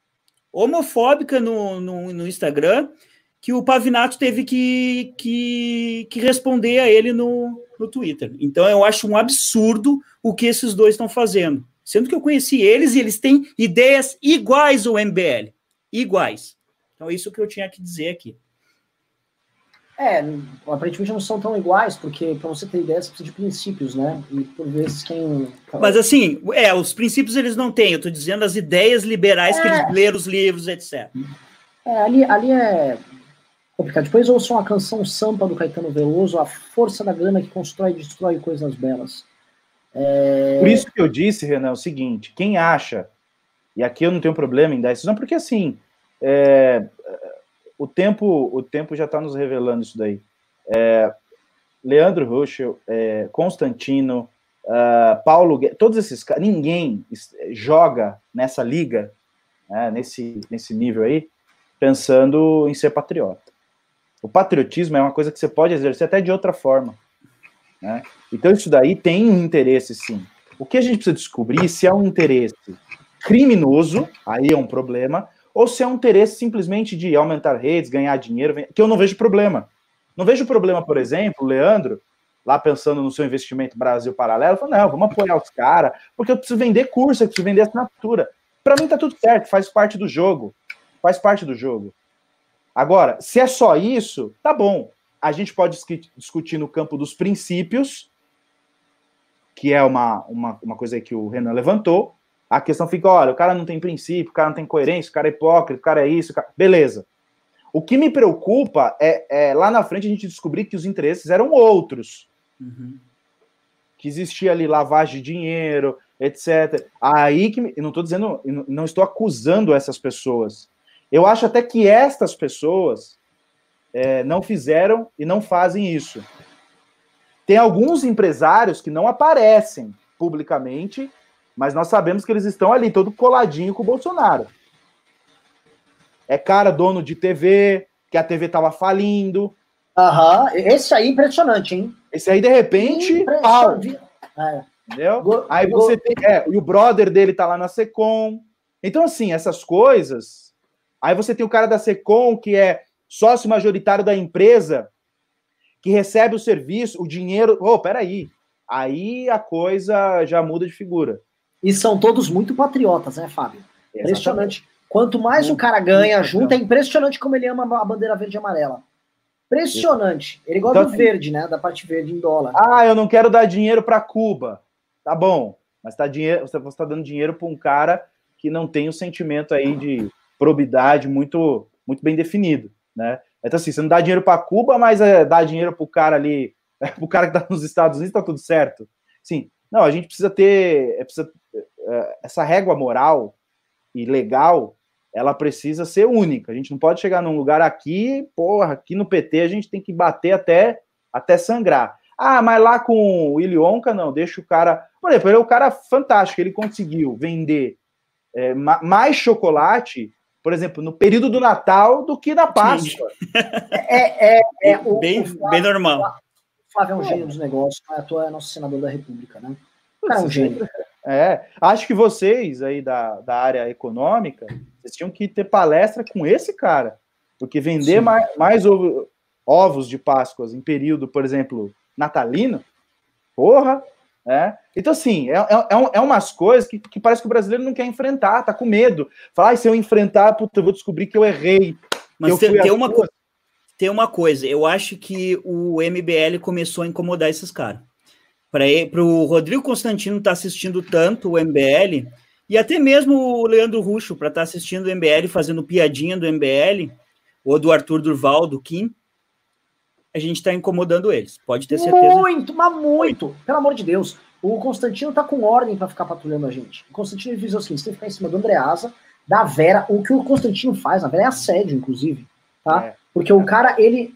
no Instagram, que o Pavinato teve que responder a ele no Twitter. Então, eu acho um absurdo o que esses dois estão fazendo. Sendo que eu conheci eles e eles têm ideias iguais ao MBL. Iguais. Então, é isso que eu tinha que dizer aqui. Aparentemente não são tão iguais, porque para você ter ideia, você precisa de princípios, né? E por vezes quem... Mas assim, os princípios eles não têm. Eu estou dizendo as ideias liberais que eles leram os livros, etc. Ali é complicado. Depois ouçam a canção Sampa do Caetano Veloso, a força da grana que constrói e destrói coisas belas. Por isso que eu disse, Renan, o seguinte, quem acha, e aqui eu não tenho problema em dar isso, não, porque assim, o tempo já está nos revelando isso daí. Leandro Ruschel, Constantino, Paulo Guedes, todos esses caras, ninguém joga nessa liga, né, nesse nível aí, pensando em ser patriota. O patriotismo é uma coisa que você pode exercer até de outra forma. Né? Então isso daí tem um interesse, sim. O que a gente precisa descobrir se é um interesse criminoso, aí é um problema, ou se é um interesse simplesmente de aumentar redes, ganhar dinheiro, que eu não vejo problema. Não vejo problema, por exemplo, o Leandro, lá pensando no seu investimento Brasil Paralelo, falou, não, vamos apoiar os caras, porque eu preciso vender curso, eu preciso vender assinatura. Para mim tá tudo certo, faz parte do jogo. Agora, se é só isso, tá bom. a gente pode discutir no campo dos princípios, que é uma coisa aí que o Renan levantou. A questão fica, olha, o cara não tem princípio, o cara não tem coerência, o cara é hipócrita, o cara é isso, beleza. O que me preocupa é lá na frente a gente descobrir que os interesses eram outros. Uhum. Que existia ali lavagem de dinheiro, etc. Aí que eu não estou dizendo, não estou acusando essas pessoas. Eu acho até que estas pessoas não fizeram e não fazem isso. Tem alguns empresários que não aparecem publicamente, mas nós sabemos que eles estão ali, todo coladinho com o Bolsonaro. É cara dono de TV, que a TV estava falindo. Aham, esse aí é impressionante, hein? Esse aí, de repente, pau. Entendeu? Aí você tem... e o brother dele tá lá na Secom. Então, assim, essas coisas... Aí você tem o cara da Secom, que é sócio majoritário da empresa, que recebe o serviço, o dinheiro... Peraí. Aí a coisa já muda de figura. E são todos muito patriotas, né, Fábio? Impressionante. Quanto mais o cara ganha junto, é impressionante como ele ama a bandeira verde e amarela. Impressionante. Ele gosta do verde, né? Da parte verde em dólar. Eu não quero dar dinheiro para Cuba. Tá bom. Mas você está dando dinheiro para um cara que não tem o sentimento aí de probidade muito, muito bem definido, né? Então, assim, você não dá dinheiro para Cuba, mas dá dinheiro para o cara ali, para o cara que está nos Estados Unidos, tá tudo certo. Sim. Não, a gente precisa ter essa régua moral e legal, ela precisa ser única. A gente não pode chegar num lugar aqui, aqui no PT a gente tem que bater até sangrar. Mas lá com o Ilionca, não, deixa o cara... Por exemplo, ele é um cara fantástico, ele conseguiu vender mais chocolate, por exemplo, no período do Natal do que na Páscoa. Bem normal. O Flávio é um gênio dos negócios, é nosso senador da República, né? O cara é um gênio. Acho que vocês aí da área econômica, vocês tinham que ter palestra com esse cara, porque vender mais ovos de Páscoa em período, por exemplo, natalino, Então, assim, é umas coisas que parece que o brasileiro não quer enfrentar, tá com medo. Fala, se eu enfrentar, eu vou descobrir que eu errei. Mas tem uma coisa, eu acho que o MBL começou a incomodar esses caras. Para o Rodrigo Constantino estar assistindo tanto o MBL, e até mesmo o Leandro Ruxo, para estar assistindo o MBL, fazendo piadinha do MBL, ou do Arthur Durval, do Kim, a gente está incomodando eles, pode ter certeza. Muito! Pelo amor de Deus, o Constantino tá com ordem para ficar patrulhando a gente. O Constantino diz assim, você tem que ficar em cima do Andreasa, da Vera, o que o Constantino faz, a Vera é assédio, inclusive, tá? Porque o cara,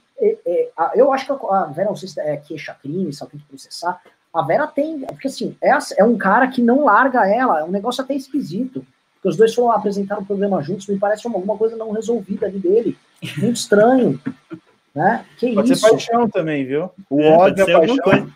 eu acho que a Vera, não sei se é queixa-crime, se ela tem que processar, a Vera tem, porque assim, é um cara que não larga ela, é um negócio até esquisito, porque os dois foram apresentar um programa juntos, me parece alguma coisa não resolvida ali dele, muito estranho, né? Que pode isso? Ser paixão também, viu? O ódio é paixão.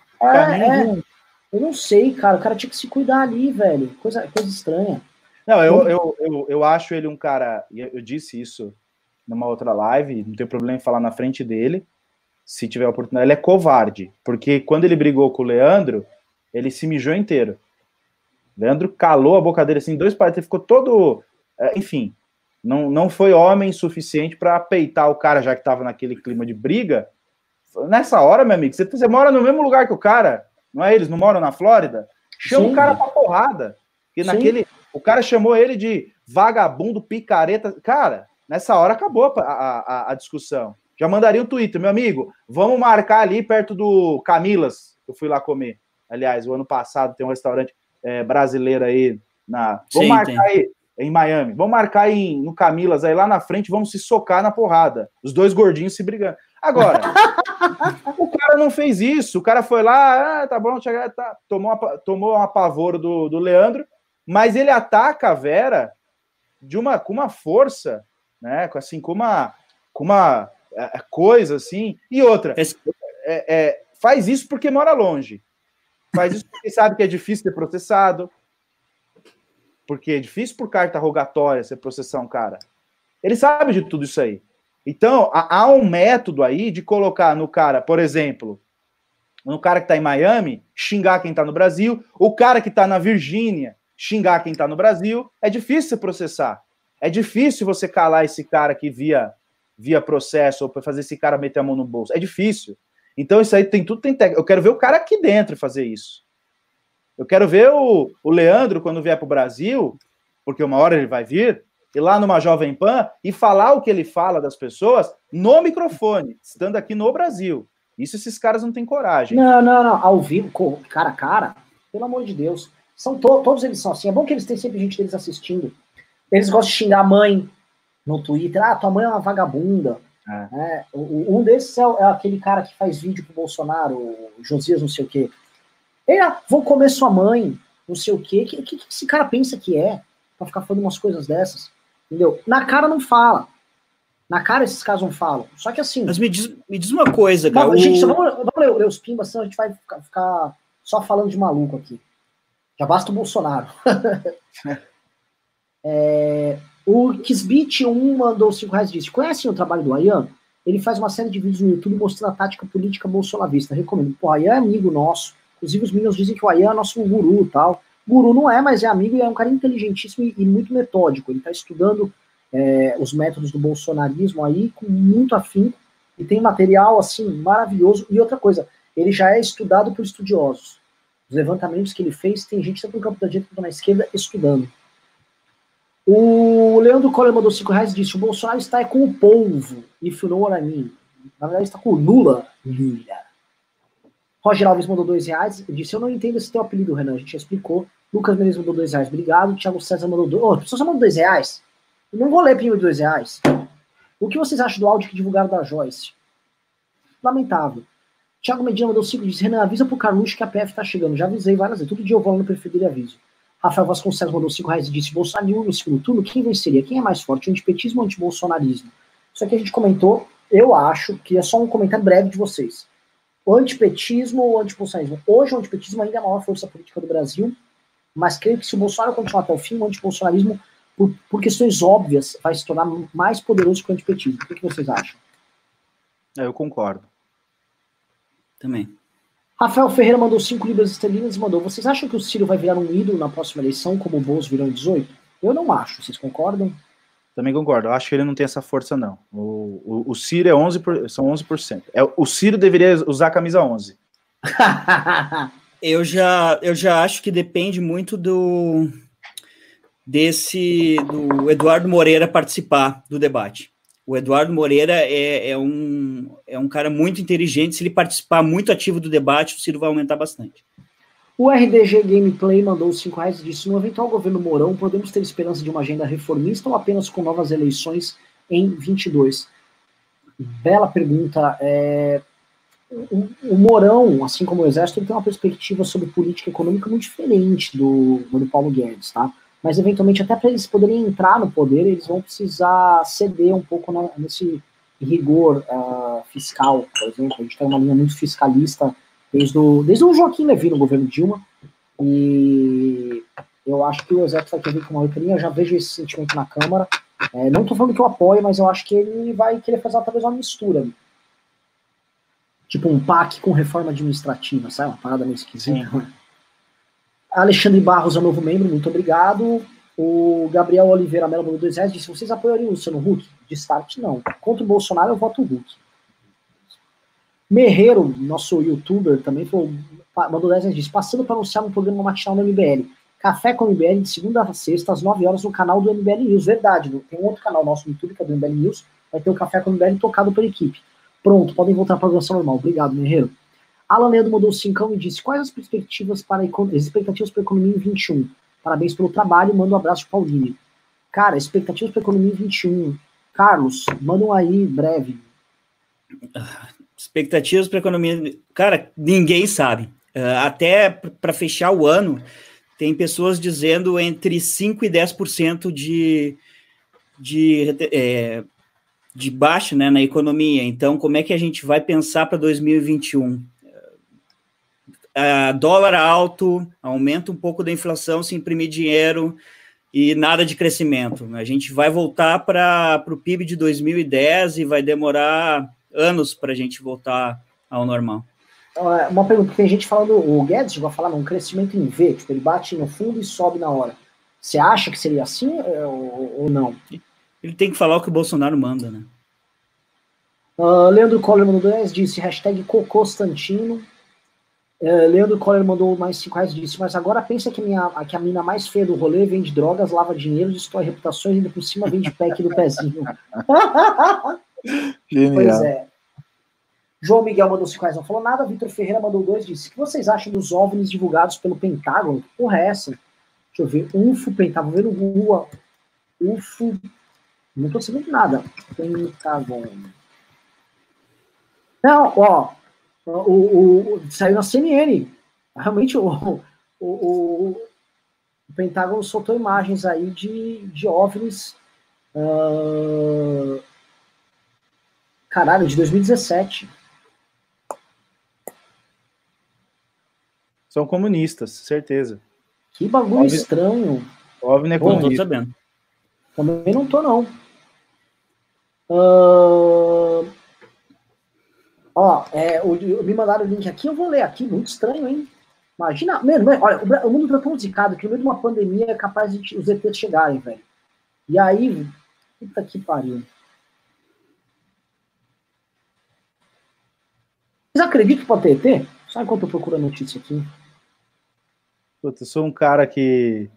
Eu não sei, cara, o cara tinha que se cuidar ali, velho, coisa estranha. Não, eu acho ele um cara, eu disse isso numa outra live, não tem problema em falar na frente dele, se tiver oportunidade, ele é covarde, porque quando ele brigou com o Leandro, ele se mijou inteiro. O Leandro calou a boca dele assim, 2 partes, ele ficou todo... enfim, não foi homem suficiente para peitar o cara, já que estava naquele clima de briga. Nessa hora, meu amigo, você mora no mesmo lugar que o cara, não é? Eles não moram na Flórida? Chama o cara pra porrada. Porque o cara chamou ele de vagabundo, picareta. Cara, nessa hora acabou a discussão. Já mandaria o Twitter, meu amigo, vamos marcar ali perto do Camilas, eu fui lá comer. Aliás, o ano passado tem um restaurante brasileiro aí, vamos marcar aí em Miami, vamos marcar aí no Camilas, aí lá na frente, vamos se socar na porrada. Os 2 gordinhos se brigando. Agora, o cara não fez isso, o cara foi lá, tá bom, tomou um apavoro do Leandro, mas ele ataca a Vera com uma força, né, assim, com uma coisa assim, e outra, faz isso porque mora longe, faz isso porque sabe que é difícil ser processado, porque é difícil por carta rogatória você processar um cara, ele sabe de tudo isso aí. Então, há um método aí de colocar no cara, por exemplo, no cara que tá em Miami, xingar quem tá no Brasil, o cara que tá na Virgínia, xingar quem tá no Brasil, é difícil você processar, é difícil você calar esse cara aqui via via processo, ou para fazer esse cara meter a mão no bolso. É difícil. Então, isso aí tem técnica. Eu quero ver o cara aqui dentro fazer isso. Eu quero ver o Leandro, quando vier para o Brasil, porque uma hora ele vai vir, ir lá numa Jovem Pan e falar o que ele fala das pessoas no microfone, estando aqui no Brasil. Isso esses caras não têm coragem. Não. Ao vivo, cara a cara, pelo amor de Deus. Todos eles são assim. É bom que eles têm sempre gente deles assistindo. Eles gostam de xingar a mãe no Twitter. Ah, tua mãe é uma vagabunda. Um desses é aquele cara que faz vídeo pro Bolsonaro, o Josias não sei o quê. Vou comer sua mãe, não sei o quê. O que esse cara pensa que é? Pra ficar falando umas coisas dessas. Entendeu? Na cara não fala. Na cara esses caras não falam. Só que assim... Mas me diz uma coisa, cara. Gente, só vamos ler os pimbas, senão a gente vai ficar só falando de maluco aqui. Já basta o Bolsonaro. O Kisbit1 mandou R$5 e disse: conhecem o trabalho do Ayan? Ele faz uma série de vídeos no YouTube mostrando a tática política bolsolavista. Recomendo. Pô, o Ayan é amigo nosso. Inclusive os meninos dizem que o Ayan é nosso guru e tal. Guru não é, mas é amigo e é um cara inteligentíssimo e muito metódico. Ele está estudando os métodos do bolsonarismo aí com muito afinco e tem material assim maravilhoso. E outra coisa, ele já é estudado por estudiosos. Os levantamentos que ele fez, tem gente tanto no campo da direita quanto na esquerda estudando. O Leandro Coller mandou R$5 e disse: o Bolsonaro está com o povo, if you know what I mean. Na verdade, está com o Lula. Roger Alves mandou R$2 e disse: eu não entendo esse teu apelido, Renan, a gente já explicou. Lucas Menezes mandou R$2, obrigado. Thiago César mandou R$2. As pessoas só mandam R$2. Eu não vou ler primo de R$2. O que vocês acham do áudio que divulgaram da Joyce? Lamentável. Thiago Medina mandou 5 e disse: Renan, avisa pro Carluxo que a PF tá chegando. Já avisei várias vezes. Todo dia eu vou lá no perfil dele e aviso. Rafael Vasconcelos mandou R$5 e disse: Bolsonaro no segundo turno, quem venceria? Quem é mais forte? Antipetismo ou antibolsonarismo? Isso aqui a gente comentou. Eu acho que é só um comentário breve de vocês. O antipetismo ou antibolsonarismo? Hoje o antipetismo ainda é a maior força política do Brasil, mas creio que se o Bolsonaro continuar até o fim, o antibolsonarismo, por questões óbvias, vai se tornar mais poderoso que o antipetismo. O que vocês acham? Eu concordo. Também. Rafael Ferreira mandou 5 libras esterlinas e mandou: vocês acham que o Ciro vai virar um ídolo na próxima eleição, como o Bolsonaro virou em 18? Eu não acho, vocês concordam? Também concordo, eu acho que ele não tem essa força, não. O Ciro são 11%. O Ciro deveria usar a camisa 11. Eu já acho que depende muito do Eduardo Moreira participar do debate. O Eduardo Moreira é um cara muito inteligente. Se ele participar muito ativo do debate, o Ciro vai aumentar bastante. O RDG Gameplay mandou R$5 e disse: no eventual governo Mourão, podemos ter esperança de uma agenda reformista ou apenas com novas eleições em 22? Bela pergunta. O Mourão, assim como o Exército, ele tem uma perspectiva sobre política econômica muito diferente do Paulo Guedes, tá? Mas, eventualmente, até para eles poderem entrar no poder, eles vão precisar ceder um pouco nesse rigor fiscal, por exemplo. A gente tem uma linha muito fiscalista desde o Joaquim Levy no governo Dilma, e eu acho que o Exército vai ter vir com uma outra linha. Eu já vejo esse sentimento na Câmara. Não estou falando que eu apoio, mas eu acho que ele vai querer fazer talvez uma mistura. Tipo um PAC com reforma administrativa, sabe? Uma parada meio esquisita. Alexandre Barros é um novo membro, muito obrigado. O Gabriel Oliveira Mello mandou R$2 disse: vocês apoiariam o Luciano Huck? De start, não. Contra o Bolsonaro, eu voto o Huck. Merreiro, nosso youtuber, também mandou R$10 disse: passando para anunciar um programa matinal no MBL. Café com o MBL de segunda a sexta, às 9 horas, no canal do MBL News. Verdade, tem um outro canal nosso no YouTube, que é do MBL News. Vai ter o Café com o MBL tocado pela equipe. Pronto, podem voltar à programação normal. Obrigado, Merreiro. Alan Leandro mandou 5 e disse: quais as expectativas para a economia em 21? Parabéns pelo trabalho, manda um abraço de Paulinho. Cara, expectativas para a economia em 21. Carlos, mandam aí, breve. Expectativas para a economia... Cara, ninguém sabe. Até para fechar o ano, tem pessoas dizendo entre 5% e 10% de baixa, né, na economia. Então, como é que a gente vai pensar para 2021? Dólar alto, aumenta um pouco da inflação, se imprimir dinheiro e nada de crescimento. A gente vai voltar para o PIB de 2010 e vai demorar anos para a gente voltar ao normal. Uma pergunta, tem gente falando, o Guedes chegou a falar num crescimento em V, tipo, ele bate no fundo e sobe na hora. Você acha que seria assim ou não? Ele tem que falar o que o Bolsonaro manda, né? Leandro Coller mandou 10, disse, hashtag Cocostantino. Leandro Coller mandou mais 5 reais, disse, mas agora pensa que a mina mais feia do rolê vende drogas, lava dinheiro, destrói reputações e ainda por cima vende pack do pezinho. Genial. Pois é. João Miguel mandou 5 reais, não falou nada. Vitor Ferreira mandou 2, disse, o que vocês acham dos OVNIs divulgados pelo Pentágono? Que porra é essa? Deixa eu ver. UFO, Pentágono, vendo Google. UFO. Não tô sabendo nada. Pentágono. Não, ó. Saiu na CNN. Realmente o Pentágono soltou imagens aí de OVNIs. Caralho, de 2017. São comunistas, certeza. Que bagulho estranho. OVNI é comunista. Não tô sabendo. Também não tô, não. Me mandaram o link aqui, eu vou ler aqui. Muito estranho, hein? Imagina, olha, o mundo tá tão zicado que no meio de uma pandemia é capaz de os ETs chegarem, velho. E aí, puta que pariu. Vocês acreditam que pode ter ET? Só enquanto eu procuro a notícia aqui. Puta, eu sou um cara que...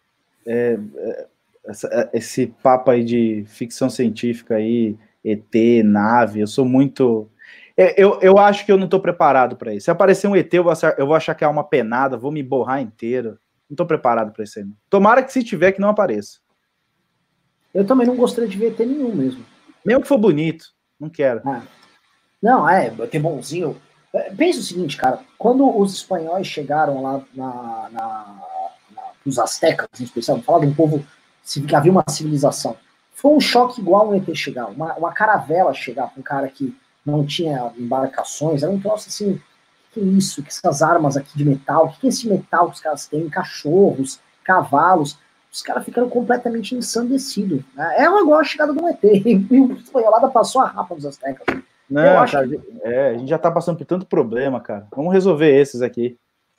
esse papo aí de ficção científica aí, ET, nave, eu sou muito... Eu acho que eu não tô preparado para isso. Se aparecer um ET, eu vou achar que é uma penada, vou me borrar inteiro. Não tô preparado para isso aí. Não. Tomara que se tiver, que não apareça. Eu também não gostaria de ver ET nenhum mesmo. Mesmo que for bonito, não quero. Não, ET bonzinho. Pensa o seguinte, cara, quando os espanhóis chegaram lá os astecas, em especial, vamos falar de um povo que havia uma civilização, foi um choque igual um ET chegar, uma caravela chegar com um cara que não tinha embarcações, era um troço assim, que isso, que essas armas aqui de metal, o que é esse metal que os caras têm, cachorros, cavalos, os caras ficaram completamente ensandecidos, né? É igual a chegada de um ET, e o espanholada passou a rapa nos astecas. Não, cara, a gente já tá passando por tanto problema, cara. Vamos resolver esses aqui.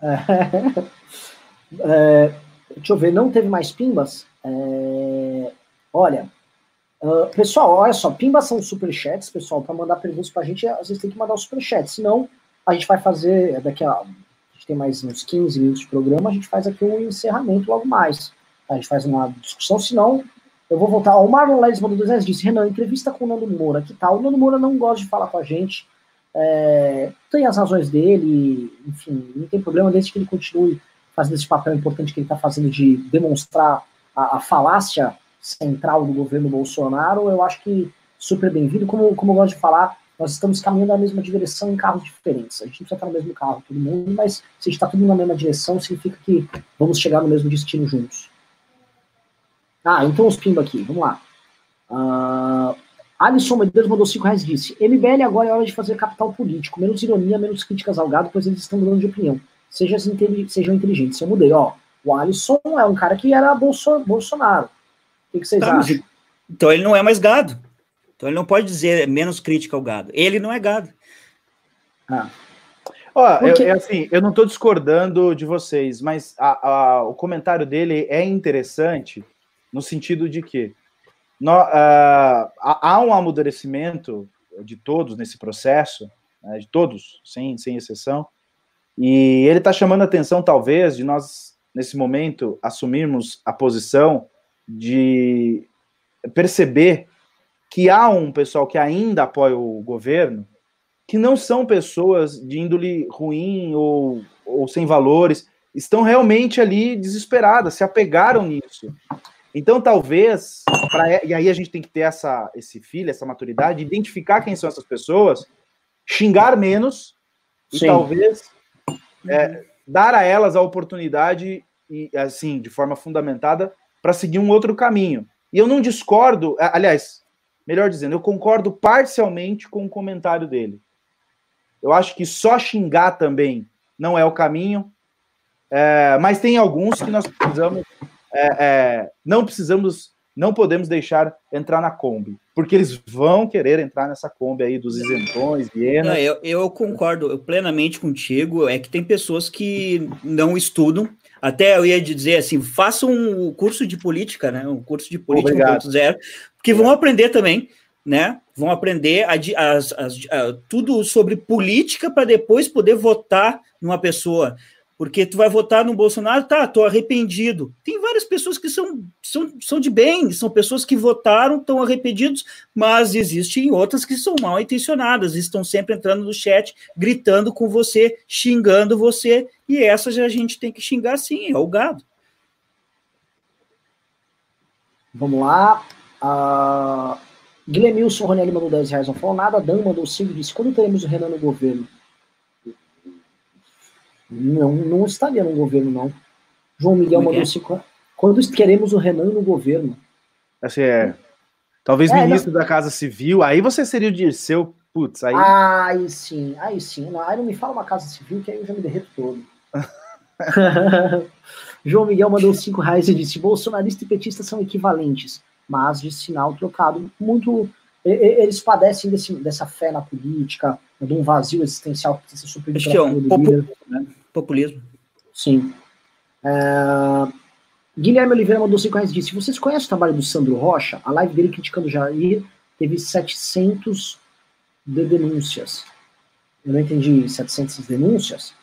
Deixa eu ver, não teve mais pimbas? Olha, pessoal, olha só, pimbas são superchats, pessoal, para mandar perguntas pra gente, vocês têm que mandar o superchat, senão a gente vai fazer, a gente tem mais uns 15 minutos de programa, a gente faz aqui um encerramento logo mais. A gente faz uma discussão, senão... Eu vou voltar. O Marlon Ledes mandou 2 reais, disse, Renan, entrevista com o Nando Moura, que tal? O Nando Moura não gosta de falar com a gente, tem as razões dele, enfim, não tem problema, desde que ele continue fazendo esse papel importante que ele está fazendo de demonstrar a falácia central do governo Bolsonaro, eu acho que super bem-vindo. Como eu gosto de falar, nós estamos caminhando na mesma direção em carros diferentes. A gente não precisa estar no mesmo carro, todo mundo, mas se a gente está tudo na mesma direção, significa que vamos chegar no mesmo destino juntos. Então os pimba aqui, vamos lá. Alisson Medeiros mandou 5 reais, disse, MBL agora é hora de fazer capital político, menos ironia, menos críticas ao gado, pois eles estão mudando de opinião. Sejam inteligentes. Eu mudei, o Alisson é um cara que era Bolsonaro. O que vocês acham? Então ele não é mais gado. Então ele não pode dizer menos crítica ao gado. Ele não é gado. Eu não estou discordando de vocês, mas o comentário dele é interessante no sentido de que há um amadurecimento de todos nesse processo, né, de todos, sem exceção, e ele está chamando a atenção, talvez, de nós, nesse momento, assumirmos a posição de perceber que há um pessoal que ainda apoia o governo, que não são pessoas de índole ruim ou sem valores, estão realmente ali desesperadas, se apegaram nisso. Então, talvez, e aí a gente tem que ter essa maturidade, identificar quem são essas pessoas, xingar menos e talvez dar a elas a oportunidade, e assim, de forma fundamentada, para seguir um outro caminho. E eu não discordo, aliás, melhor dizendo, eu concordo parcialmente com o comentário dele. Eu acho que só xingar também não é o caminho, mas tem alguns que nós precisamos... não podemos deixar entrar na Kombi, porque eles vão querer entrar nessa Kombi aí dos isentões, Viena. Eu concordo plenamente contigo, é que tem pessoas que não estudam, até eu ia dizer assim, façam um curso de política, né, um curso de política 1.0, que vão aprender também, né, vão aprender tudo sobre política para depois poder votar numa pessoa. Porque tu vai votar no Bolsonaro, tá, tô arrependido. Tem várias pessoas que são de bem, são pessoas que votaram, estão arrependidos, mas existem outras que são mal intencionadas, estão sempre entrando no chat, gritando com você, xingando você, e essas a gente tem que xingar sim, é o gado. Vamos lá. Guilhermilson Ronelli mandou R$10, não falou nada. Dan mandou 5 e disse: quando teremos o Renan no governo? Não estaria no governo, não. João Miguel mandou 5. Quando queremos o Renan no governo? Assim, talvez ministro da Casa Civil, aí você seria o Dirceu, putz, aí... Aí sim. Não, aí não me fala uma Casa Civil, que aí eu já me derreto todo. João Miguel mandou R$5 e disse: bolsonarista e petista são equivalentes, mas de sinal trocado. Muito, eles padecem dessa fé na política, de um vazio existencial que precisa ser suprido. Acho que é um populismo. Sim. Guilherme Oliveira mandou R$5 e disse: vocês conhecem o trabalho do Sandro Rocha? A live dele criticando o Jair teve 700 de denúncias. Eu não entendi 700 denúncias.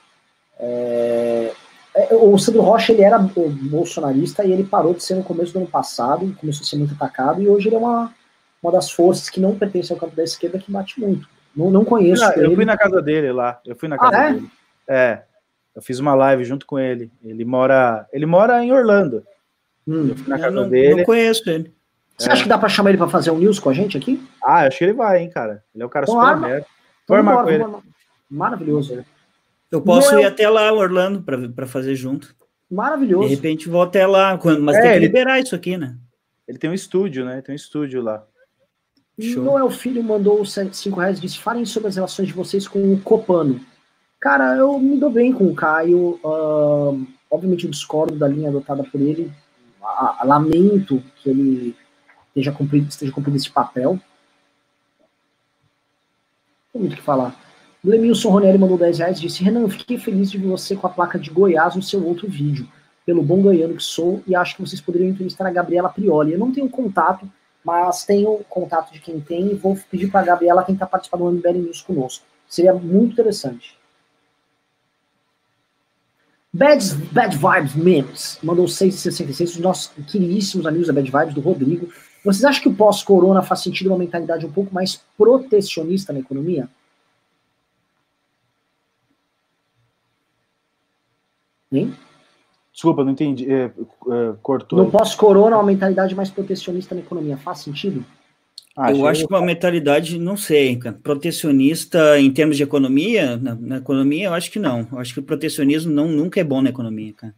O Sandro Rocha, ele era bolsonarista e ele parou de ser no começo do ano passado, começou a ser muito atacado, e hoje ele é uma das forças que não pertence ao campo da esquerda, que bate muito. Não conheço ele. Eu fui na casa dele lá, dele. Eu fiz uma live junto com ele. Ele mora em Orlando. Eu fui na casa dele. Não conheço ele. Você acha que dá pra chamar ele pra fazer um news com a gente aqui? Acho que ele vai, hein, cara. Ele é um cara super aberto. Formar com ele. Maravilhoso. Eu posso ir até lá, Orlando, pra fazer junto. Maravilhoso. De repente vou até lá, mas tem que liberar isso aqui, né? Ele tem um estúdio, né? Tem um estúdio lá. Noel Filho mandou R$5 e disse: falem sobre as relações de vocês com o Copano. Cara, eu me dou bem com o Caio. Obviamente eu discordo da linha adotada por ele. Lamento que ele esteja cumprindo esse papel. Não tem muito o que falar. Lemilson Ronelli mandou R$10 e disse: Renan, eu fiquei feliz de ver você com a placa de Goiás no seu outro vídeo. Pelo bom goiano que sou, e acho que vocês poderiam entrevistar a Gabriela Prioli. Eu não tenho contato, mas tenho contato de quem tem, e vou pedir para a Gabriela tentar participar do MBL News conosco. Seria muito interessante. Bad Vibes Memes mandou 6,66, os nossos queridíssimos amigos da Bad Vibes, do Rodrigo. Vocês acham que o pós-corona faz sentido uma mentalidade um pouco mais protecionista na economia? Hein? Desculpa, não entendi. Cortou. No pós-corona, uma mentalidade mais protecionista na economia faz sentido? Eu acho que uma mentalidade, não sei, cara, protecionista em termos de economia, na economia, eu acho que não. Eu acho que o protecionismo nunca é bom na economia, cara.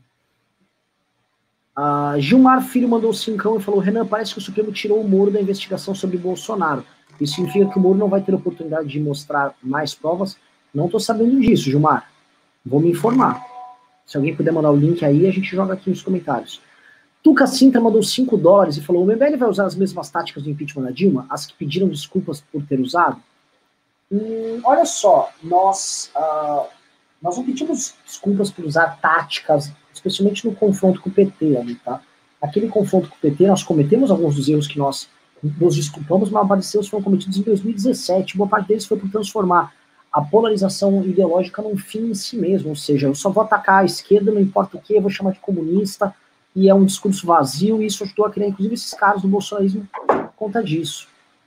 Gilmar Filho mandou 5 e falou: Renan, parece que o Supremo tirou o Moro da investigação sobre Bolsonaro. Isso significa que o Moro não vai ter oportunidade de mostrar mais provas? Não estou sabendo disso, Gilmar. Vou me informar. Se alguém puder mandar o link aí, a gente joga aqui nos comentários. Tuca Sintra mandou $5 e falou: o MBL vai usar as mesmas táticas do impeachment da Dilma? As que pediram desculpas por ter usado? Olha só, nós não pedimos desculpas por usar táticas, especialmente no confronto com o PT ali, tá? Aquele confronto com o PT, nós cometemos alguns dos erros que nós nos desculpamos, mas vários erros foram cometidos em 2017. Boa parte deles foi por transformar a polarização ideológica num fim em si mesmo, ou seja, eu só vou atacar a esquerda, não importa o que, eu vou chamar de comunista, e é um discurso vazio, e isso ajudou a criar, inclusive, esses caras do bolsonarismo por conta disso.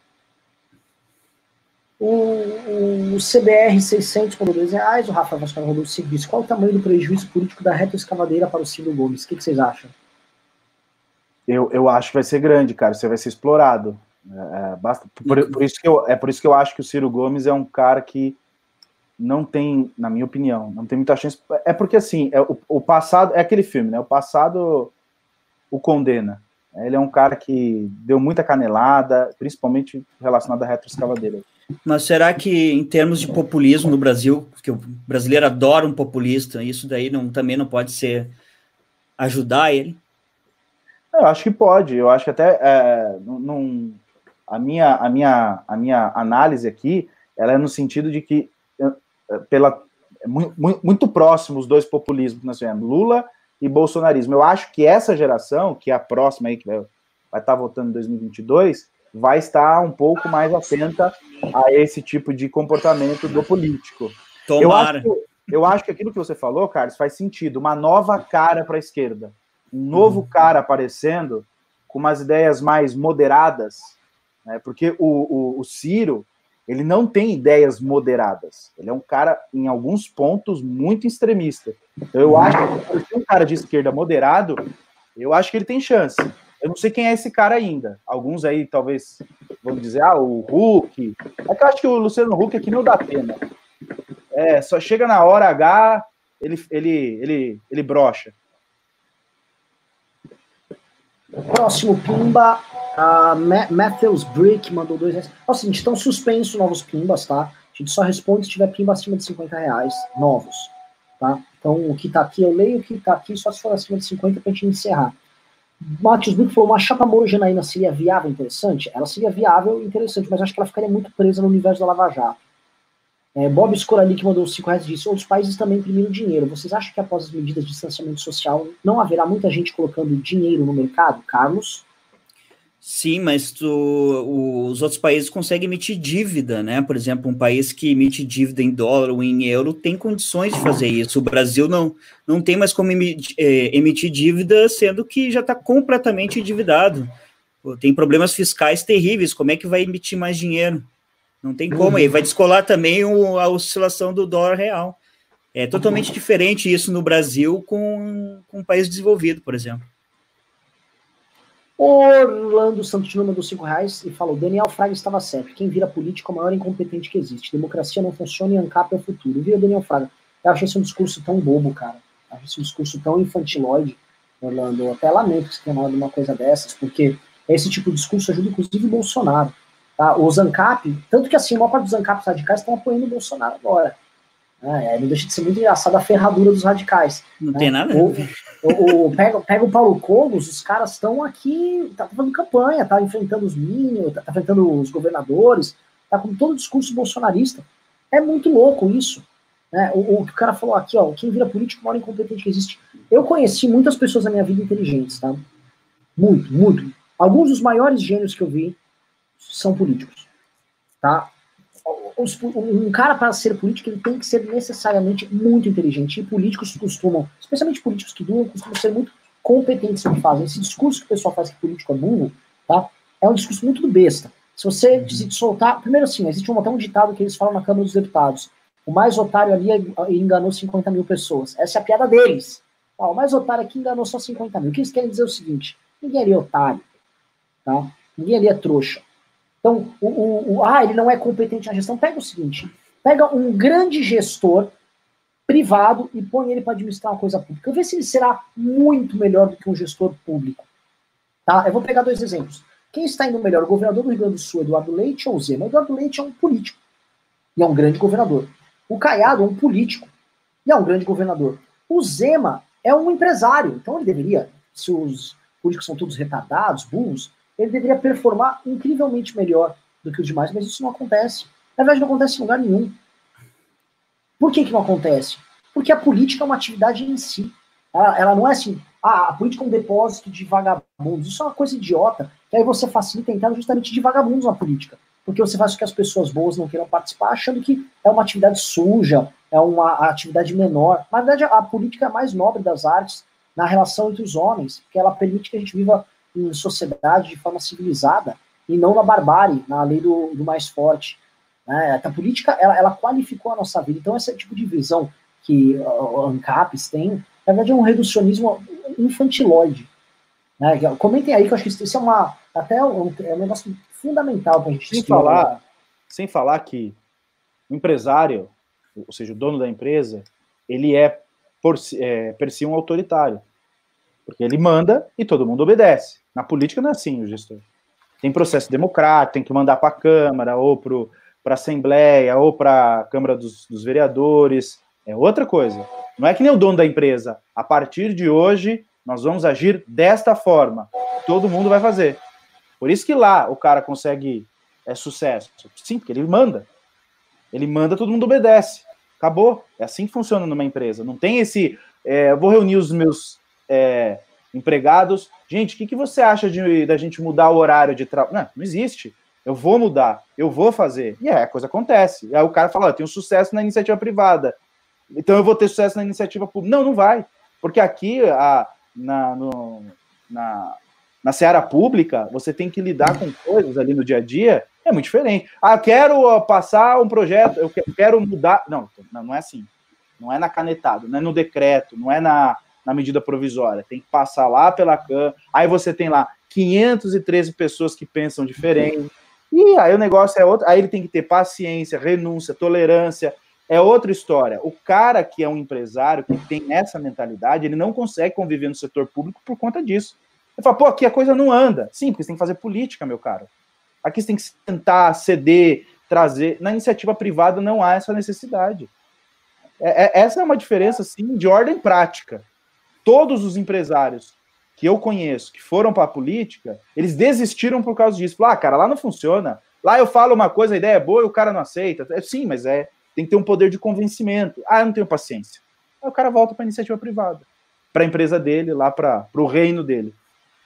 O CBR 600 mandou R$2, o Rafa Vasconcelos mandou o seguinte: qual o tamanho do prejuízo político da retroescavadeira para o Ciro Gomes? O que vocês acham? Eu acho que vai ser grande, cara, você vai ser explorado. Por isso que eu acho que o Ciro Gomes é um cara que não tem, na minha opinião, não tem muita chance. É porque, assim, o passado, é aquele filme, né? O passado o condena. Ele é um cara que deu muita canelada, principalmente relacionado à retroescavadeira. Mas será que, em termos de populismo no Brasil, que o brasileiro adora um populista, isso daí também não pode ser ajudar ele? Eu acho que pode. Eu acho que até a minha análise aqui, ela é no setido de que muito próximo os dois populismos que nós tivemos, Lula e bolsonarismo. Eu acho que essa geração, que é a próxima aí, que vai estar votando em 2022, vai estar um pouco mais atenta a esse tipo de comportamento do político. Tomara. Eu acho que aquilo que você falou, Carlos, faz sentido. Uma nova cara para a esquerda. Um novo cara aparecendo com umas ideias mais moderadas, né? Porque o Ciro, ele não tem ideias moderadas. Ele é um cara, em alguns pontos, muito extremista. Então, eu acho que se um cara de esquerda moderado, eu acho que ele tem chance. Eu não sei quem é esse cara ainda. Alguns aí, talvez, vão dizer, o Huck. É que eu acho que o Luciano Huck aqui não dá pena. Só chega na hora H, ele brocha. Próximo Pimba, Matthews Brick mandou R$2. É o seguinte, estão suspensos novos Pimbas, tá? A gente só responde se tiver Pimba acima de R$50 novos, tá? Então, o que tá aqui eu leio, o que tá aqui só se for acima de 50 pra gente encerrar. Matthews Brick falou, uma chapa Moro Janaína seria viável e interessante? Ela seria viável e interessante, mas acho que ela ficaria muito presa no universo da Lava Jato. Bob Scorali, que mandou R$5, disse, outros países também imprimiram dinheiro. Vocês acham que após as medidas de distanciamento social não haverá muita gente colocando dinheiro no mercado, Carlos? Sim, mas os outros países conseguem emitir dívida, né? Por exemplo, um país que emite dívida em dólar ou em euro tem condições de fazer isso. O Brasil não tem mais como emitir dívida, sendo que já está completamente endividado. Tem problemas fiscais terríveis. Como é que vai emitir mais dinheiro? Não tem como. Aí vai descolar também a oscilação do dólar real. É totalmente diferente isso no Brasil com um país desenvolvido, por exemplo. Orlando Santos mandou R$5 e falou, Daniel Fraga estava certo, quem vira político é o maior incompetente que existe, democracia não funciona e ANCAP é o futuro. Vira Daniel Fraga, eu acho esse um discurso tão bobo, cara, eu acho esse um discurso tão infantilóide, Orlando, eu até lamento que você tenha falado uma coisa dessas, porque esse tipo de discurso ajuda inclusive o Bolsonaro, tá? Os ANCAP, tanto que assim, a maior parte dos ANCAPs radicais estão apoiando o Bolsonaro agora. Não deixa de ser muito engraçado a ferradura dos radicais. Não tem nada. Pega o Paulo Cogos, os caras estão aqui, tá fazendo campanha, tá enfrentando os minions, tá enfrentando os governadores, tá com todo o discurso bolsonarista. É muito louco isso. Né? O que o cara falou aqui, quem vira político é o maior incompetente que existe. Eu conheci muitas pessoas na minha vida inteligentes, tá? Muito, muito. Alguns dos maiores gênios que eu vi são políticos, tá? Um cara, para ser político, ele tem que ser necessariamente muito inteligente. E políticos costumam, especialmente políticos que duram, costumam ser muito competentes no que fazem. Esse discurso que o pessoal faz que político é burro, tá? É um discurso muito do besta. Se você soltar. Primeiro, assim, existe até um ditado que eles falam na Câmara dos Deputados. O mais otário ali enganou 50 mil pessoas. Essa é a piada deles. O mais otário aqui enganou só 50 mil. O que eles querem dizer é o seguinte: ninguém ali é otário. Tá? Ninguém ali é trouxa. Então, ele não é competente na gestão. Pega o seguinte, pega um grande gestor privado e põe ele para administrar uma coisa pública. Vê se ele será muito melhor do que um gestor público. Tá? Eu vou pegar 2 exemplos. Quem está indo melhor, o governador do Rio Grande do Sul, Eduardo Leite, ou o Zema? Eduardo Leite é um político e é um grande governador. O Caiado é um político e é um grande governador. O Zema é um empresário, então ele deveria, se os políticos são todos retardados, burros, ele deveria performar incrivelmente melhor do que os demais, mas isso não acontece. Na verdade, não acontece em lugar nenhum. Por que não acontece? Porque a política é uma atividade em si. Ela não é assim, a política é um depósito de vagabundos. Isso é uma coisa idiota, que aí você facilita a entrada justamente de vagabundos na política. Porque você faz com que as pessoas boas não queiram participar, achando que é uma atividade suja, é uma atividade menor. Na verdade, a política é a mais nobre das artes na relação entre os homens, porque ela permite que a gente viva em sociedade de forma civilizada e não na barbárie, na lei do mais forte. Né? A política, ela qualificou a nossa vida. Então, esse tipo de visão que o ANCAPs tem, na verdade, é um reducionismo infantilóide. Né? Comentem aí, que eu acho que isso é um negócio fundamental para a gente sem falar que o empresário, ou seja, o dono da empresa, ele é por si um autoritário. Porque ele manda e todo mundo obedece. Na política não é assim, o gestor. Tem processo democrático, tem que mandar para a Câmara, ou para a Assembleia, ou para a Câmara dos Vereadores. É outra coisa. Não é que nem o dono da empresa. A partir de hoje, nós vamos agir desta forma. Todo mundo vai fazer. Por isso que lá o cara consegue sucesso. Sim, porque ele manda. Ele manda, todo mundo obedece. Acabou. É assim que funciona numa empresa. Não tem esse... vou reunir os meus empregados. Gente, o que você acha da gente mudar o horário de trabalho? Não existe. Eu vou mudar, eu vou fazer. E a coisa acontece. E aí o cara fala, eu tenho sucesso na iniciativa privada, então eu vou ter sucesso na iniciativa pública. Não vai. Porque aqui, na seara pública, você tem que lidar com coisas ali no dia a dia, é muito diferente. Quero passar um projeto, eu quero mudar. Não é assim. Não é na canetada, não é no decreto, não é na medida provisória. Tem que passar lá pela CAN. Aí você tem lá 513 pessoas que pensam diferente. E aí o negócio é outro. Aí ele tem que ter paciência, renúncia, tolerância. É outra história. O cara que é um empresário, que tem essa mentalidade, ele não consegue conviver no setor público por conta disso. Ele fala, aqui a coisa não anda. Sim, porque você tem que fazer política, meu caro. Aqui você tem que sentar, ceder, trazer. Na iniciativa privada não há essa necessidade. Essa é uma diferença, sim, de ordem prática. Todos os empresários que eu conheço, que foram para a política, eles desistiram por causa disso. Falaram, cara, lá não funciona. Lá eu falo uma coisa, a ideia é boa e o cara não aceita. Sim, mas tem que ter um poder de convencimento. Eu não tenho paciência. Aí o cara volta para a iniciativa privada, para a empresa dele, lá para o reino dele.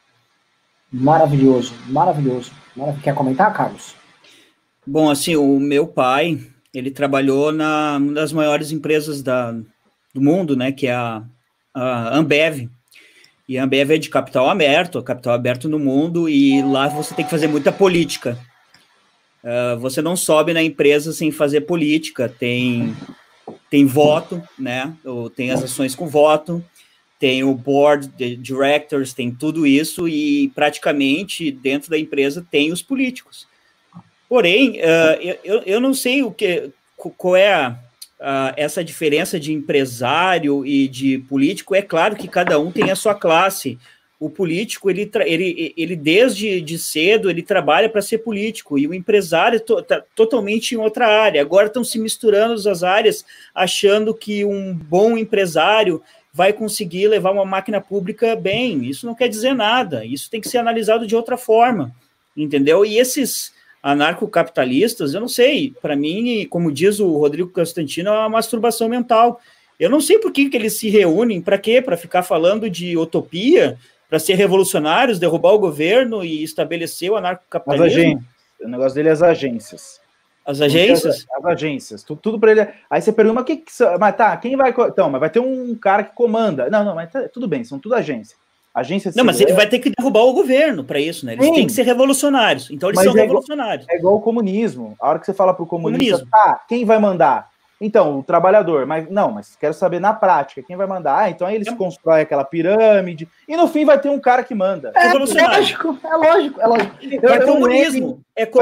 Maravilhoso. Quer comentar, Carlos? Bom, assim, o meu pai, ele trabalhou uma das maiores empresas do mundo, né, que é a Ambev. E a Ambev é de capital aberto no mundo, e lá você tem que fazer muita política. Você não sobe na empresa sem fazer política, tem voto, né, tem as ações com voto, tem o board de directors, tem tudo isso, e praticamente dentro da empresa tem os políticos. Porém, eu não sei qual é essa diferença de empresário e de político. É claro que cada um tem a sua classe. O político, ele desde cedo, ele trabalha para ser político, e o empresário está totalmente em outra área. Agora estão se misturando as áreas, achando que um bom empresário vai conseguir levar uma máquina pública bem. Isso não quer dizer nada. Isso tem que ser analisado de outra forma, entendeu? E esses anarcocapitalistas, eu não sei, para mim, como diz o Rodrigo Constantino, é uma masturbação mental. Eu não sei por que eles se reúnem, para quê? Para ficar falando de utopia, para ser revolucionários, derrubar o governo e estabelecer o anarcocapitalismo? O negócio dele é as agências. As agências? As agências. Tudo para ele. Aí você pergunta, mas tá, quem vai... Então, mas vai ter um cara que comanda. Não, mas tudo bem, são tudo agências. Não, mas ele vai ter que derrubar o governo para isso, né? Eles têm que ser revolucionários. Então eles são revolucionários. É igual o comunismo. A hora que você fala pro comunista, quem vai mandar? Então, o trabalhador. Mas quero saber na prática, quem vai mandar? Então aí eles constroem aquela pirâmide, e no fim vai ter um cara que manda. É lógico. Vai ter comunismo.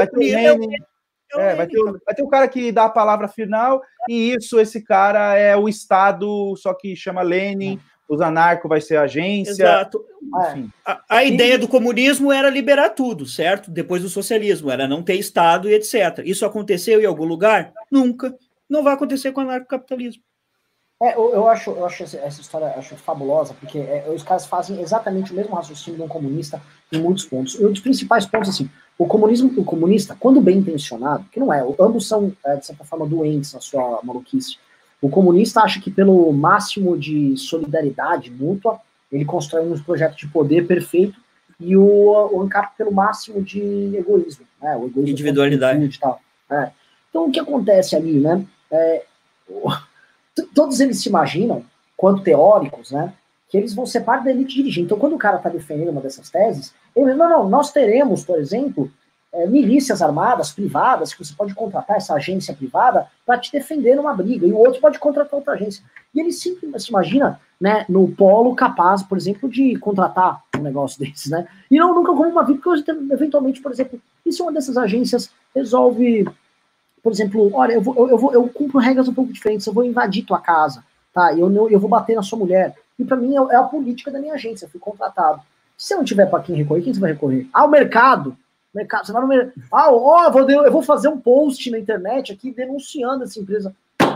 Vai ter o cara que dá a palavra final, e esse cara é o Estado, só que chama Lenin. Os anarcos vai ser a agência. Exato. Enfim. A ideia do comunismo era liberar tudo, certo? Depois do socialismo, era não ter Estado e etc. Isso aconteceu em algum lugar? Nunca. Não vai acontecer com o anarcocapitalismo. Eu acho essa história fabulosa, porque os caras fazem exatamente o mesmo raciocínio de um comunista em muitos pontos. E um dos principais pontos, assim, o comunista, quando bem intencionado, que não é, ambos são, de certa forma, doentes na sua maluquice. O comunista acha que pelo máximo de solidariedade mútua, ele constrói um projeto de poder perfeito, e o ANCAP pelo máximo de egoísmo, né? O egoísmo, individualidade e tal. Então o que acontece ali, né? Todos eles se imaginam, quanto teóricos, né, que eles vão ser parte da elite dirigente. Então quando o cara está defendendo uma dessas teses, ele diz, não, nós teremos, por exemplo, milícias armadas, privadas, que você pode contratar essa agência privada para te defender numa briga, e o outro pode contratar outra agência. E ele sempre se imagina, né, no polo capaz, por exemplo, de contratar um negócio desses, né? E nunca como uma vida, porque eventualmente, por exemplo, e se uma dessas agências resolve, por exemplo, olha, eu cumpro regras um pouco diferentes, eu vou invadir tua casa, tá? Eu vou bater na sua mulher. E para mim é a política da minha agência, eu fui contratado. Se eu não tiver para quem recorrer, quem você vai recorrer? O mercado. Você vai no mercado. Eu vou fazer um post na internet aqui denunciando essa empresa.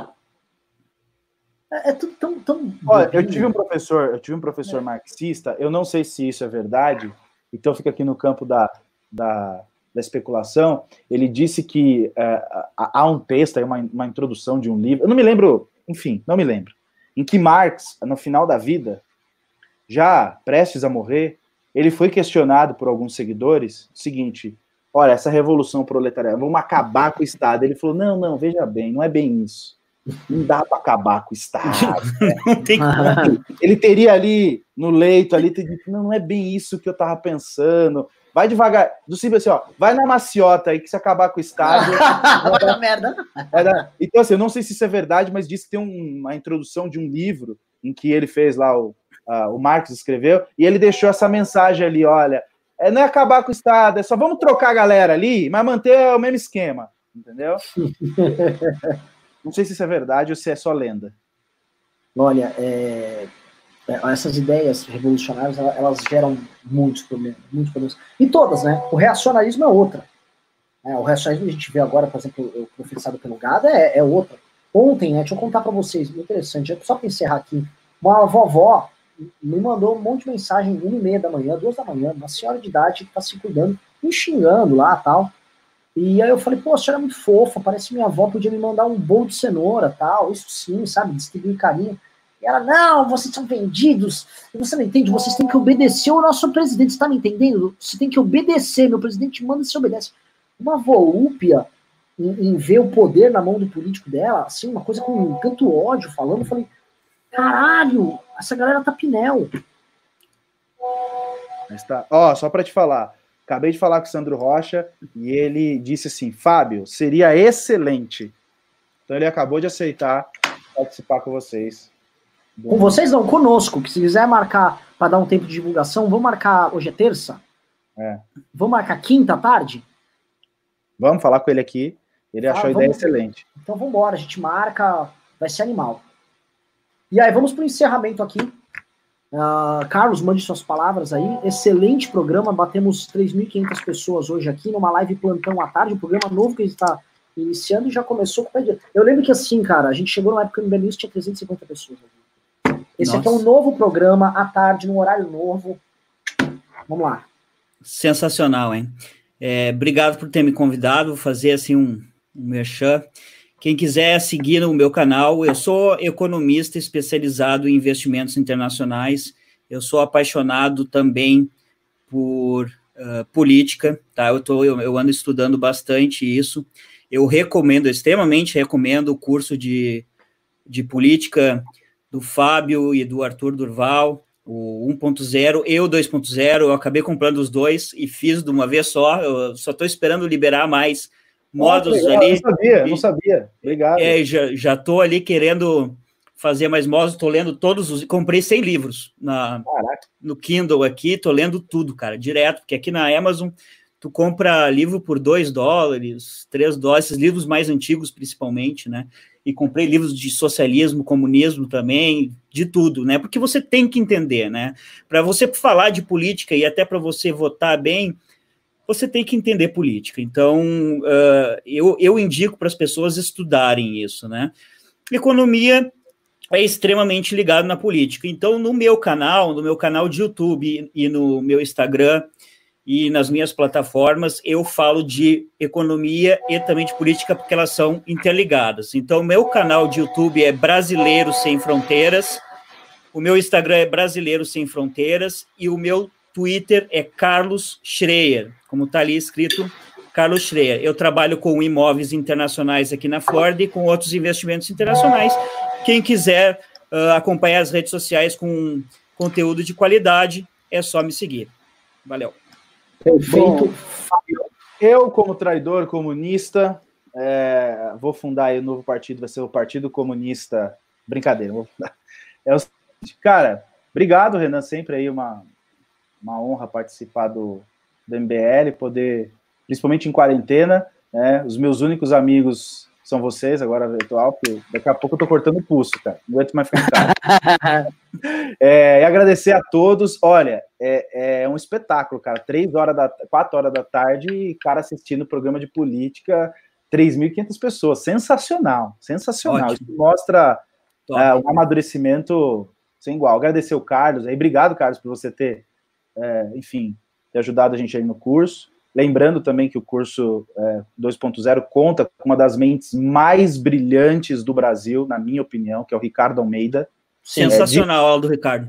É tudo tão. Olha, eu tive um professor marxista, eu não sei se isso é verdade, então fica aqui no campo da especulação. Ele disse que há um texto, uma introdução de um livro, eu não me lembro, enfim, não me lembro, em que Marx, no final da vida, já prestes a morrer, ele foi questionado por alguns seguidores, o seguinte, olha, essa revolução proletariada, vamos acabar com o Estado. Ele falou, não, veja bem, não é bem isso. Não dá para acabar com o Estado. Né? Não tem como. Ele teria ali, no leito, ali, não é bem isso que eu tava pensando. Vai devagar, do simples assim, ó, vai na maciota aí que se acabar com o Estado... vai dar merda. Então, assim, eu não sei se isso é verdade, mas diz que tem uma introdução de um livro em que ele fez lá, o Marx escreveu, e ele deixou essa mensagem ali, olha, não é acabar com o Estado, é só vamos trocar a galera ali, mas manter o mesmo esquema, entendeu? Não sei se isso é verdade ou se é só lenda. Olha, essas ideias revolucionárias, elas geram muitos problemas. E todas, né? O reacionarismo é outra. O reacionarismo que a gente vê agora, por exemplo, professado pelo Gada, é outra. Ontem, né, deixa eu contar para vocês, muito interessante, só para encerrar aqui, uma vovó me mandou um monte de mensagem, 1h30 da manhã, 2 da manhã, uma senhora de idade que está se cuidando, me xingando lá e tal. E aí eu falei, pô, a senhora é muito fofa, parece minha avó podia me mandar um bolo de cenoura, tal, isso sim, sabe, distribuir carinho. E ela, não, vocês são vendidos, e você não entende, vocês têm que obedecer ao nosso presidente, você tá me entendendo? Você tem que obedecer, meu presidente manda, você obedece. Uma volúpia em ver o poder na mão do político dela, assim, uma coisa com tanto ódio falando, eu falei, caralho, essa galera tá pinel. Mas tá. Ó, só para te falar, acabei de falar com o Sandro Rocha e ele disse assim, Fábio, seria excelente. Então ele acabou de aceitar participar com vocês. Com vocês não, conosco, que se quiser marcar para dar um tempo de divulgação, vamos marcar, hoje é terça? Vamos marcar quinta à tarde? Vamos falar com ele aqui, ele achou a ideia excelente. Então vamos embora, a gente marca, vai ser animal. E aí, vamos para o encerramento aqui. Carlos, mande suas palavras aí. Excelente programa, batemos 3.500 pessoas hoje aqui, numa live plantão à tarde, um programa novo que a gente está iniciando e já começou com o pé de... Eu lembro que assim, cara, a gente chegou numa época no BNews tinha 350 pessoas. Esse aqui é um novo programa, à tarde, num horário novo. Vamos lá. Sensacional, hein? Obrigado por ter me convidado, vou fazer assim um merchan. Quem quiser seguir no meu canal, eu sou economista especializado em investimentos internacionais, eu sou apaixonado também por política, tá? Eu ando estudando bastante isso, eu extremamente recomendo o curso de política do Fábio e do Arthur Durval, o 1.0 e o 2.0, eu acabei comprando os dois e fiz de uma vez só, eu só estou esperando liberar mais módulos ali. Não sabia. Obrigado. Já estou ali querendo fazer mais módulos, estou lendo todos comprei 100 livros no Kindle aqui, estou lendo tudo, cara, direto, porque aqui na Amazon tu compra livro por $2, $3, esses livros mais antigos principalmente, né? E comprei livros de socialismo, comunismo também, de tudo, né? Porque você tem que entender, né? Para você falar de política e até para você votar bem, você tem que entender política. Então, eu indico para as pessoas estudarem isso, né? Economia é extremamente ligado na política. Então, no meu canal de YouTube e no meu Instagram e nas minhas plataformas, eu falo de economia e também de política, porque elas são interligadas. Então, meu canal de YouTube é Brasileiros Sem Fronteiras, o meu Instagram é Brasileiros Sem Fronteiras e o meu Twitter é Carlos Schreier, como está ali escrito, Carlos Schreier. Eu trabalho com imóveis internacionais aqui na Flórida e com outros investimentos internacionais. Quem quiser acompanhar as redes sociais com conteúdo de qualidade, é só me seguir. Valeu. Perfeito. Eu, como traidor comunista, vou fundar aí um novo partido, vai ser o Partido Comunista. Brincadeira, vou fundar. Cara, obrigado, Renan, sempre aí uma honra participar do MBL, poder, principalmente em quarentena, né? Os meus únicos amigos são vocês, agora virtual, porque daqui a pouco eu tô cortando o pulso, cara. Não aguento mais ficar em casa. E agradecer a todos. Olha, é um espetáculo, cara. 4 horas da tarde, cara assistindo programa de política, 3.500 pessoas. Sensacional, sensacional. Ótimo. Isso mostra um amadurecimento sem igual. Agradecer o Carlos. Obrigado, Carlos, por você ter, enfim, ter ajudado a gente aí no curso. Lembrando também que o curso 2.0 conta com uma das mentes mais brilhantes do Brasil, na minha opinião, que é o Ricardo Almeida. Sensacional a aula do Ricardo.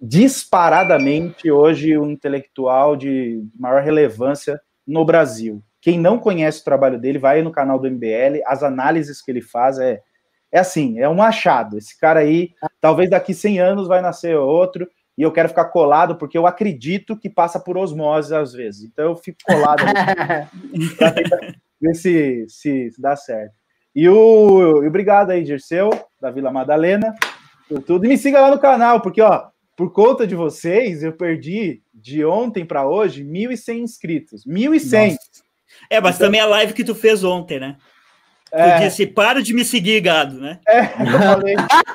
disparadamente hoje o intelectual de maior relevância no Brasil. Quem não conhece o trabalho dele, vai no canal do MBL, as análises que ele faz é assim, é um achado. Esse cara aí, talvez daqui 100 anos vai nascer outro, e eu quero ficar colado, porque eu acredito que passa por osmose às vezes. Então eu fico colado para tentar ver se dá certo. E obrigado aí, Dirceu, da Vila Madalena, por tudo. E me siga lá no canal, porque, ó, por conta de vocês, eu perdi de ontem para hoje 1.100 inscritos. 1.100. Mas então, também a live que tu fez ontem, né? Tu disse, para de me seguir, gado, né? Eu falei.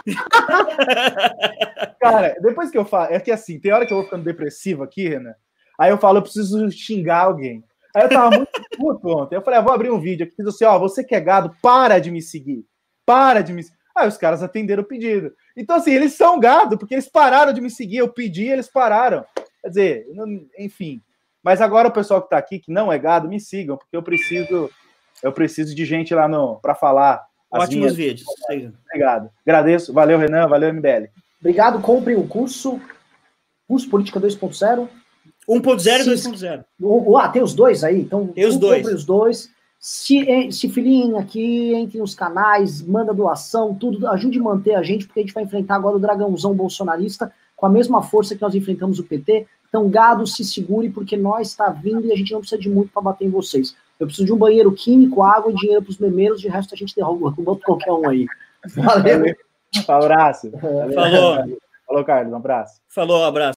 Cara, depois que eu falo, é que assim, tem hora que eu vou ficando depressivo aqui, Renan, aí eu falo, eu preciso xingar alguém. Aí eu tava muito puto ontem, eu falei, vou abrir um vídeo aqui, fiz assim, você que é gado, para de me seguir. Para de me seguir. Aí os caras atenderam o pedido. Então, assim, eles são gado, porque eles pararam de me seguir, eu pedi e eles pararam. Quer dizer, enfim. Mas agora o pessoal que tá aqui, que não é gado, me sigam, porque eu preciso de gente lá para falar. Ótimos vídeos. Obrigado. Agradeço. Valeu, Renan. Valeu, MBL. Obrigado. Comprem o curso Política 2.0. 1.0 e 2.0. Tem os dois aí? Então, tem os dois. Compre os dois. Se filiem aqui, entre nos canais, manda doação, tudo. Ajude a manter a gente, porque a gente vai enfrentar agora o dragãozão bolsonarista com a mesma força que nós enfrentamos o PT. Então, gado, se segure, porque nós está vindo e a gente não precisa de muito para bater em vocês. Eu preciso de um banheiro químico, água e dinheiro para os memeiros, de resto a gente derruba qualquer um aí. Valeu. Um abraço. Falou. Falou, Carlos. Um abraço. Falou, abraço.